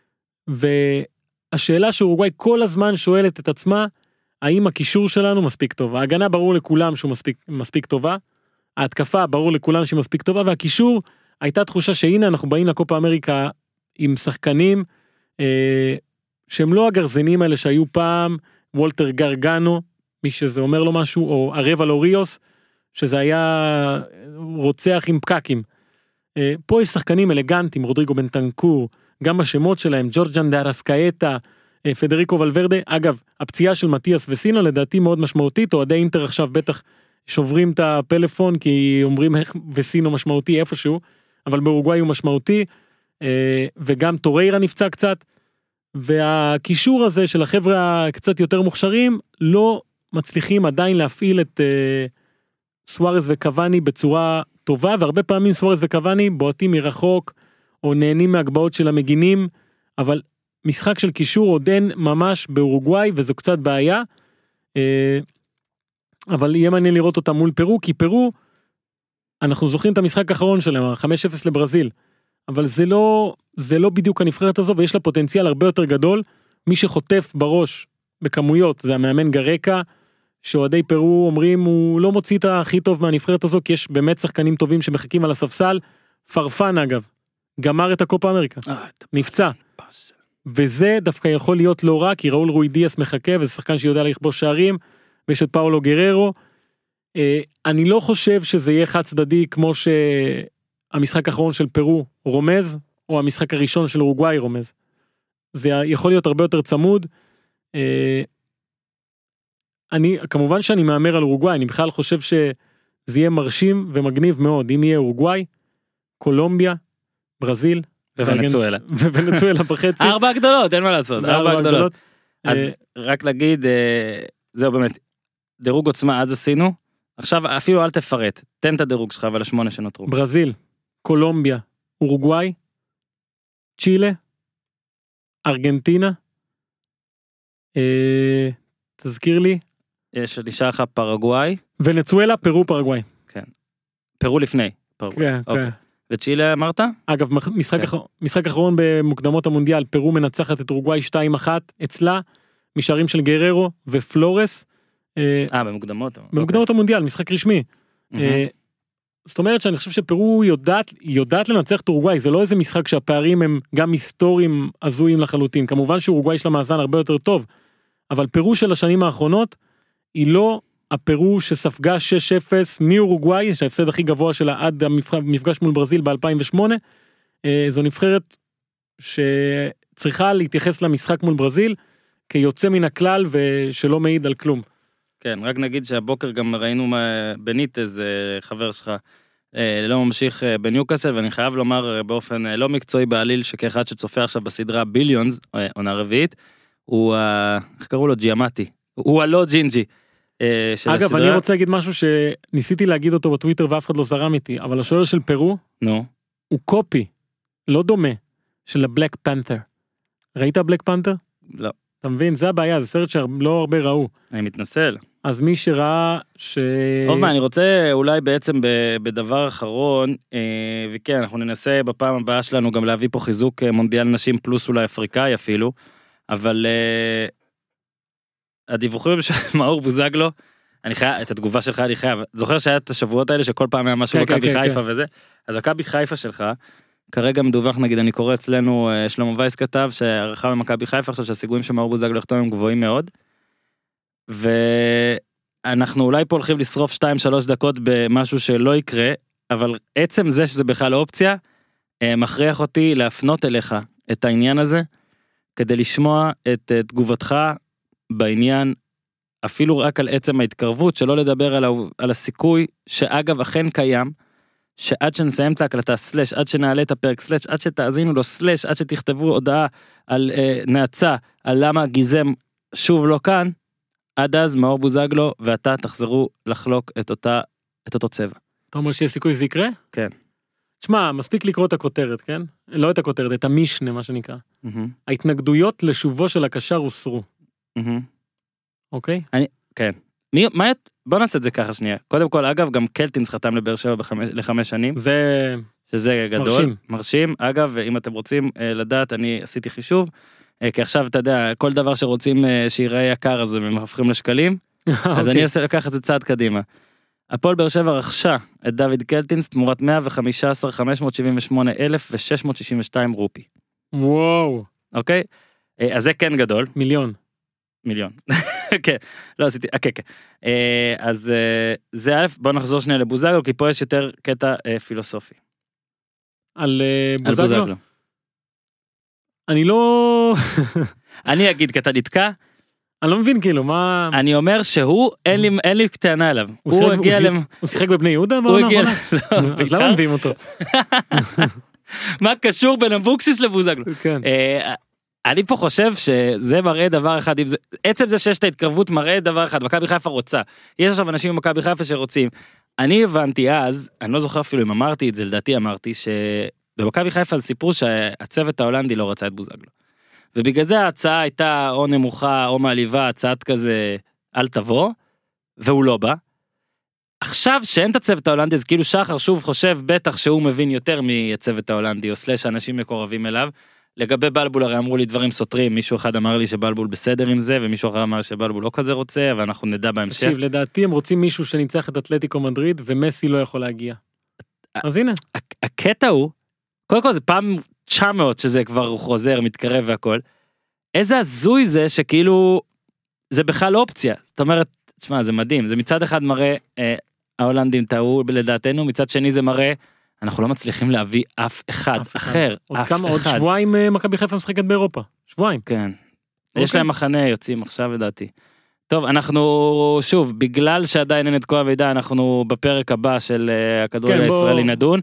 והשאלה שאורוגוואי כל הזמן שואלת את עצמה, האם הקישור שלנו מספיק טוב? ההגנה ברור לכולם שהוא מספיק, מספיק טובה, ההתקפה ברור לכולם שהיא מספיק טובה, והקישור הייתה תחושה שהנה אנחנו באים לקופה אמריקה עם שחקנים, אה, שהם לא הגרזנים האלה שהיו פעם, וולטר גרגנו, מי שזה אומר לו משהו, או ערבה לוריוס, שזה היה רוצח עם פקקים. אה, פה יש שחקנים אלגנטים, רודריגו בנטנקור, גם השמות שלהם, ג'ורג'ן דארסקאטה, אה, פדריקו ולוורדה, אגב, הפציעה של מתיאס וסינו לדעתי מאוד משמעותית, אוהדי אינטר עכשיו בטח שוברים את הפלאפון, כי אומרים איך וסינו משמעותי איפשהו, אבל באורוגוואי הוא משמעותי, אה, וגם טוריירה נפצע קצת, והקישור הזה של החבר'ה קצת יותר מוכשרים, לא מצליחים עדיין להפעיל את אה, סוארס וקוואני בצורה טובה, והרבה פעמים סוארס וקוואני בועטים מרחוק, או נהנים מהגבעות של המגינים, אבל משחק של קישור עוד אין ממש באורוגוואי, וזו קצת בעיה, אה, אבל יהיה מעניין לראות אותה מול פרו, כי פרו, אנחנו זוכרים את המשחק האחרון שלהם, חמש אפס לברזיל, אבל זה לא, זה לא בדיוק הנבחרת הזו, ויש לה פוטנציאל הרבה יותר גדול, מי שחוטף בראש בכמויות, זה המאמן גרקה, שאוהדי פרו אומרים, הוא לא מוציא את הכי טוב מהנבחרת הזו, כי יש באמת שחקנים טובים שמחכים על הספסל, פרפן אגב, גמר את הקופה אמריקה, נפצע, וזה דווקא יכול להיות לא רע, כי ראול רוידיאס מחכה, וזה שחקן שיודע לכבוש שערים, ויש את פאולו גררו, אני לא חושב שזה יהיה חד צדדי, כמו שהמשחק האחרון של פרו רומז, או המשחק הראשון של אורוגוואי רומז. זה יכול להיות הרבה יותר צמוד. אני, כמובן שאני מאמר על אורוגוואי, אני בכלל חושב שזה יהיה מרשים ומגניב מאוד, אם יהיה אורוגוואי, קולומביה, ברזיל, וונצואלה. וונצואלה בחצי. ארבע גדולות, אין מה לעשות, ארבע גדולות. אז רק להגיד, זהו באמת, דירוג עוצמה, אז עשינו, עכשיו אפילו אל תפרט, תן את הדירוג שלך ועל השמונה שנותרו. ברזיל, קולומביה, אורוגוואי, צ'ילה, ארגנטינה, אה, תזכיר לי. יש נשאר לך פרגוואי. ונצואלה, פרו, פרגוואי. כן. פרו לפני. פרגוואי. כן, אוקיי. כן. וצ'ילה אמרת? אגב, משחק, כן. אח... משחק אחרון במוקדמות המונדיאל, פרו מנצחת את אורוגוואי שתיים אחת, אצלה, משערים של גררו ופלורס. אה, במוקדמות. במוקדמות אוקיי. המונדיאל, משחק רשמי. Mm-hmm. אה, זאת אומרת שאני חושב שפרו יודעת, יודעת לנצח את אורוגוואי, זה לא איזה משחק שהפערים הם גם היסטוריים הזויים לחלוטין, כמובן שאורוגוואי יש לה מאזן הרבה יותר טוב, אבל פרו של השנים האחרונות, היא לא הפרו שספגה שש אפס מאורוגוואי, שההפסד הכי גבוה שלה עד המפגש מול ברזיל ב-אלפיים ושמונה, זו נבחרת שצריכה להתייחס למשחק מול ברזיל, כיוצא מן הכלל ושלא מעיד על כלום. כן, רק נגיד שהבוקר גם ראינו בניטז, חבר שלך, לא ממשיך בניוקאסל, ואני חייב לומר באופן לא מקצועי בעליל, שכאחד שצופה עכשיו בסדרה ביליונס, עונה רביעית, הוא, איך קראו לו? ג'יאמטי. הוא הלא ג'ינג'י. אגב, הסדרה... אני רוצה להגיד משהו שניסיתי להגיד אותו בטוויטר, ואף אחד לא זרם איתי, אבל השוער של פרו, נו. הוא קופי, לא דומה, של הבלק פנת'ר. ראית הבלק פנת'ר? לא. אתה מבין? זה הבעיה, זה סרט שלא הרבה ראו. אני מתנסל. אז מי שראה ש... טוב מה, אני רוצה אולי בעצם בדבר אחרון, וכן, אנחנו ננסה בפעם הבאה שלנו גם להביא פה חיזוק מונדיאל נשים פלוס אולי אפריקאי אפילו, אבל הדיווחים של מאור בוזגלו, אני חייב, את התגובה שלך אני חייב, זוכר שהיה את השבועות האלה שכל פעם היה משהו מכבי חיפה וזה, אז מכבי חיפה שלך, כרגע מדווח, נגיד, אני קורא אצלנו, שלמה וייס כתב, שהערכה במכבי חיפה, עכשיו שהסיגויים שמאור בוזגלו יחתום הם גבוהים מאוד, ואנחנו אולי פה הולכים לשרוף שתיים שלוש דקות במשהו שלא יקרה, אבל עצם זה שזה בכלל אופציה, מכריח אותי להפנות אליך את העניין הזה, כדי לשמוע את תגובתך בעניין, אפילו רק על עצם ההתקרבות, שלא לדבר על, על הסיכוי, שאגב אכן קיים, שעד שנסיים את ההקלטה, סלש, עד שנעלה את הפרק, סלש, עד שתאזינו לו, סלש, עד שתכתבו הודעה על אה, נעצה, על למה גיזם שוב לא כאן, עד אז מאור בוזגלו, ואתה תחזרו לחלוק את אותה, את אותו צבע. אתה אומר שיש סיכוי שזה יקרה? כן. תשמע, מספיק לקרוא את הכותרת, כן? לא את הכותרת, את המשנה, מה שנקרא. Mm-hmm. ההתנגדויות לשובו של הקשר הוסרו. Mm-hmm. אוקיי? אני, כן. מי, מה, בוא נעשה את זה ככה שנייה. קודם כל, אגב, גם קלטינס חתם לבאר שבע בחמש, לחמש שנים. זה... שזה גדול. מרשים. מרשים. אגב, אם אתם רוצים לדעת, אני עשיתי חישוב, כי עכשיו, אתה יודע, כל דבר שרוצים שיראה יקר, אז הם הופכים לשקלים. אז אני אעשה לקחת את זה צעד קדימה. הפועל באר שבע רכשה את דוד קלטינס תמורת מאה וחמישה עשר אלף חמש מאות שבעים ושמונה ושש מאות שישים ושתיים רופי. וואו. אוקיי? אז זה כן גדול. מיליון. מיליון. כן, לא עשיתי, כן, כן. אז זה א', בוא נחזור שנייה לבוזגלו, כי פה יש יותר קטע פילוסופי. על בוזגלו? אני לא... אני אגיד, כי אתה נתקע, אני לא מבין כאילו, מה... אני אומר שהוא, אין לי, אין לי טענה עליו. הוא הגיע להם... הוא שיחק בבני יהודה? הוא הגיע... אז למה מביאים אותו? מה קשור בין אבוקסיס לבוזגלו? כן. אני פה חושב שזה מראה דבר אחד, עצם זה שיש את ההתקרבות מראה דבר אחד, מכבי חיפה רוצה. יש עכשיו אנשים במכבי חיפה שרוצים. אני הבנתי אז, אני לא זוכר אפילו אם אמרתי את זה, לדעתי אמרתי, שבמכבי חיפה זה סיפור שהצוות ההולנדי לא רצה את בוזגלו. ובגלל זה ההצעה הייתה או נמוכה או מעליבה, הצעת כזה אל תבוא, והוא לא בא. עכשיו שאין את הצוות ההולנדי, אז כאילו שחר שוב חושב בטח שהוא מבין יותר מהצוות ההולנדי, או סלש אנשים מקורבים אליו. לגבי בלבול הרי אמרו לי דברים סותרים, מישהו אחד אמר לי שבלבול בסדר עם זה, ומישהו אחר אמר שבלבול לא כזה רוצה, ואנחנו נדע בהמשך. תקשיב, לדעתי הם רוצים מישהו שניצח את אתלטיקו מדריד, ומסי לא יכול להגיע. אז הנה. הקטע הוא, קודם כל זה פעם תשע מאות שזה כבר הוא חוזר, מתקרב והכל. איזה הזוי זה שכאילו, זה בכלל אופציה. זאת אומרת, תשמע, זה מדהים. זה מצד אחד מראה, אה, ההולנדים טעו לדעתנו, מצד שני זה מראה, אנחנו לא מצליחים להביא אף אחד אף אחר. עוד אף כמה, אחד. עוד שבועיים מכבי חיפה משחקת באירופה. שבועיים. כן. יש להם מחנה יוצאים עכשיו לדעתי. טוב, אנחנו, שוב, בגלל שעדיין אין את כל המידע, אנחנו בפרק הבא של הכדורגל הישראלי נדון,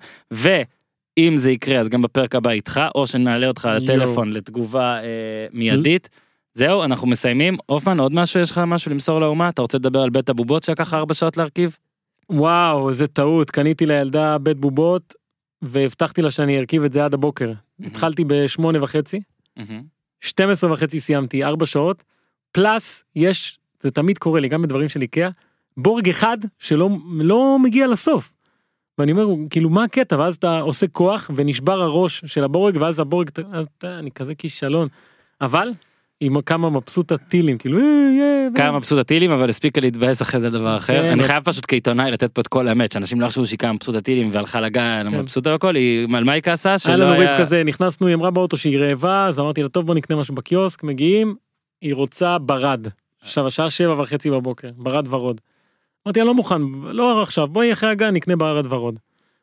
ואם זה יקרה, אז גם בפרק הבא איתך, או שנעלה אותך לטלפון לתגובה מיידית. זהו, אנחנו מסיימים. אופמן, עוד משהו, יש לך משהו למסור לאומה? אתה רוצה לדבר על בית הבובות שככה ארבע שעות להרכיב? וואו, זה טעות. קניתי לילדה בית בובות, והבטחתי לה שאני ארכיב את זה עד הבוקר. התחלתי בשמונה וחצי, שתים עשרה וחצי סיימתי, ארבע שעות, פלס, יש, זה תמיד קורה לי, גם בדברים של איקאה, בורג אחד שלא לא מגיע לסוף. ואני אומר, כאילו, מה הקטע? ואז אתה עושה כוח, ונשבר הראש של הבורג, ואז הבורג, אז, אני כזה כישלון. אבל, עם כמה מבסוט הטילים, כאילו, כמה מבסוט הטילים, אבל הספיקה להתבאס אחרי זה דבר אחר. אני חייב פשוט כעיתונאי לתת פה את כל האמת, שאנשים לא חשבו שהיא כמה מבסוט הטילים, והלכה לגן, מבסוט והכל, על מה היא כעסה? היה לנו ריב כזה, נכנסנו, היא אמרה באוטו שהיא רעבה, אז אמרתי לה, טוב, בוא נקנה משהו בקיוסק, מגיעים, היא רוצה ברד. עכשיו, השעה שבע וחצי בבוקר, ברד ורוד. אמרתי לה, לא מוכן, לא עכשיו, בואי אחרי הגן, נקנה ברד ורוד.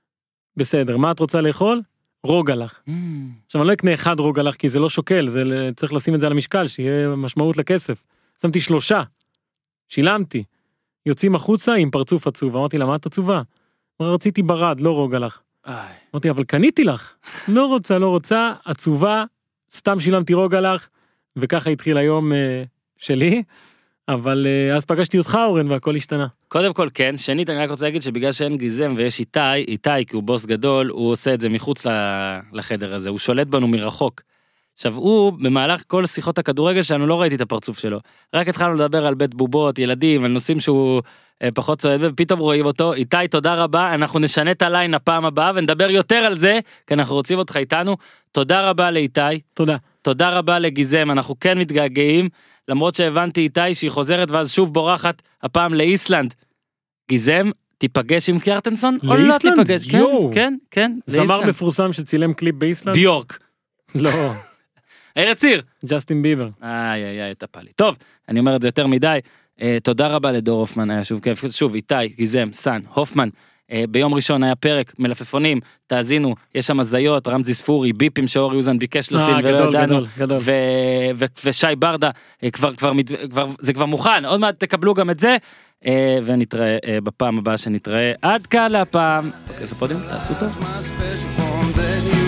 בסדר, מה את רוצה לאכול? רוגלח. עכשיו, אני לא אקנה אחד רוגלח, כי זה לא שוקל, זה צריך לשים את זה על המשקל, שיהיה משמעות לכסף. שמתי שלושה, שילמתי, יוצאים החוצה עם פרצוף עצוב, אמרתי לה, מה את עצובה? רציתי ברד, לא רוגלח. אמרתי, אבל קניתי לך. לא רוצה, לא רוצה, עצובה, סתם שילמתי רוגלח, וככה התחיל היום שלי, אבל אז פגשתי אותך אורן והכל השתנה. קודם כל כן, שנית אני רק רוצה להגיד שבגלל שאין גיזם ויש איתי, איתי כי הוא בוס גדול, הוא עושה את זה מחוץ לחדר הזה, הוא שולט בנו מרחוק. עכשיו הוא במהלך כל שיחות הכדורגל שלנו לא ראיתי את הפרצוף שלו, רק התחלנו לדבר על בית בובות, ילדים, על נושאים שהוא פחות צועד, ופתאום רואים אותו, איתי תודה רבה, אנחנו נשנה את הליין הפעם הבאה ונדבר יותר על זה, כי אנחנו רוצים אותך איתנו, תודה רבה לאיתי. תודה. תודה רבה לגיזם, אנחנו כן מתגעגעים, למרות שהבנתי איתי שהיא חוזרת ואז שוב בורחת הפעם לאיסלנד. גיזם, תיפגש עם קיארטנסון? או לא תיפגש? כן, כן, כן. זמר מפורסם שצילם קליפ באיסלנד? ביורק. לא. ארץ עיר. ג'סטין ביבר. איי, איי, איי, טפל לי. טוב, אני אומר את זה יותר מדי. תודה רבה לדור הופמן, היה שוב כיף. שוב, איתי, גיזם, סן, הופמן. ביום ראשון היה פרק מלפפונים, תאזינו, יש שם הזיות, רמזי ספורי, ביפים שאורי אוזן ביקש לשים ולא ידענו, ושי ברדה, זה כבר מוכן, עוד מעט תקבלו גם את זה, ונתראה בפעם הבאה שנתראה, עד כאן להפעם, פודקאסט הפודיום, תעשו טוב.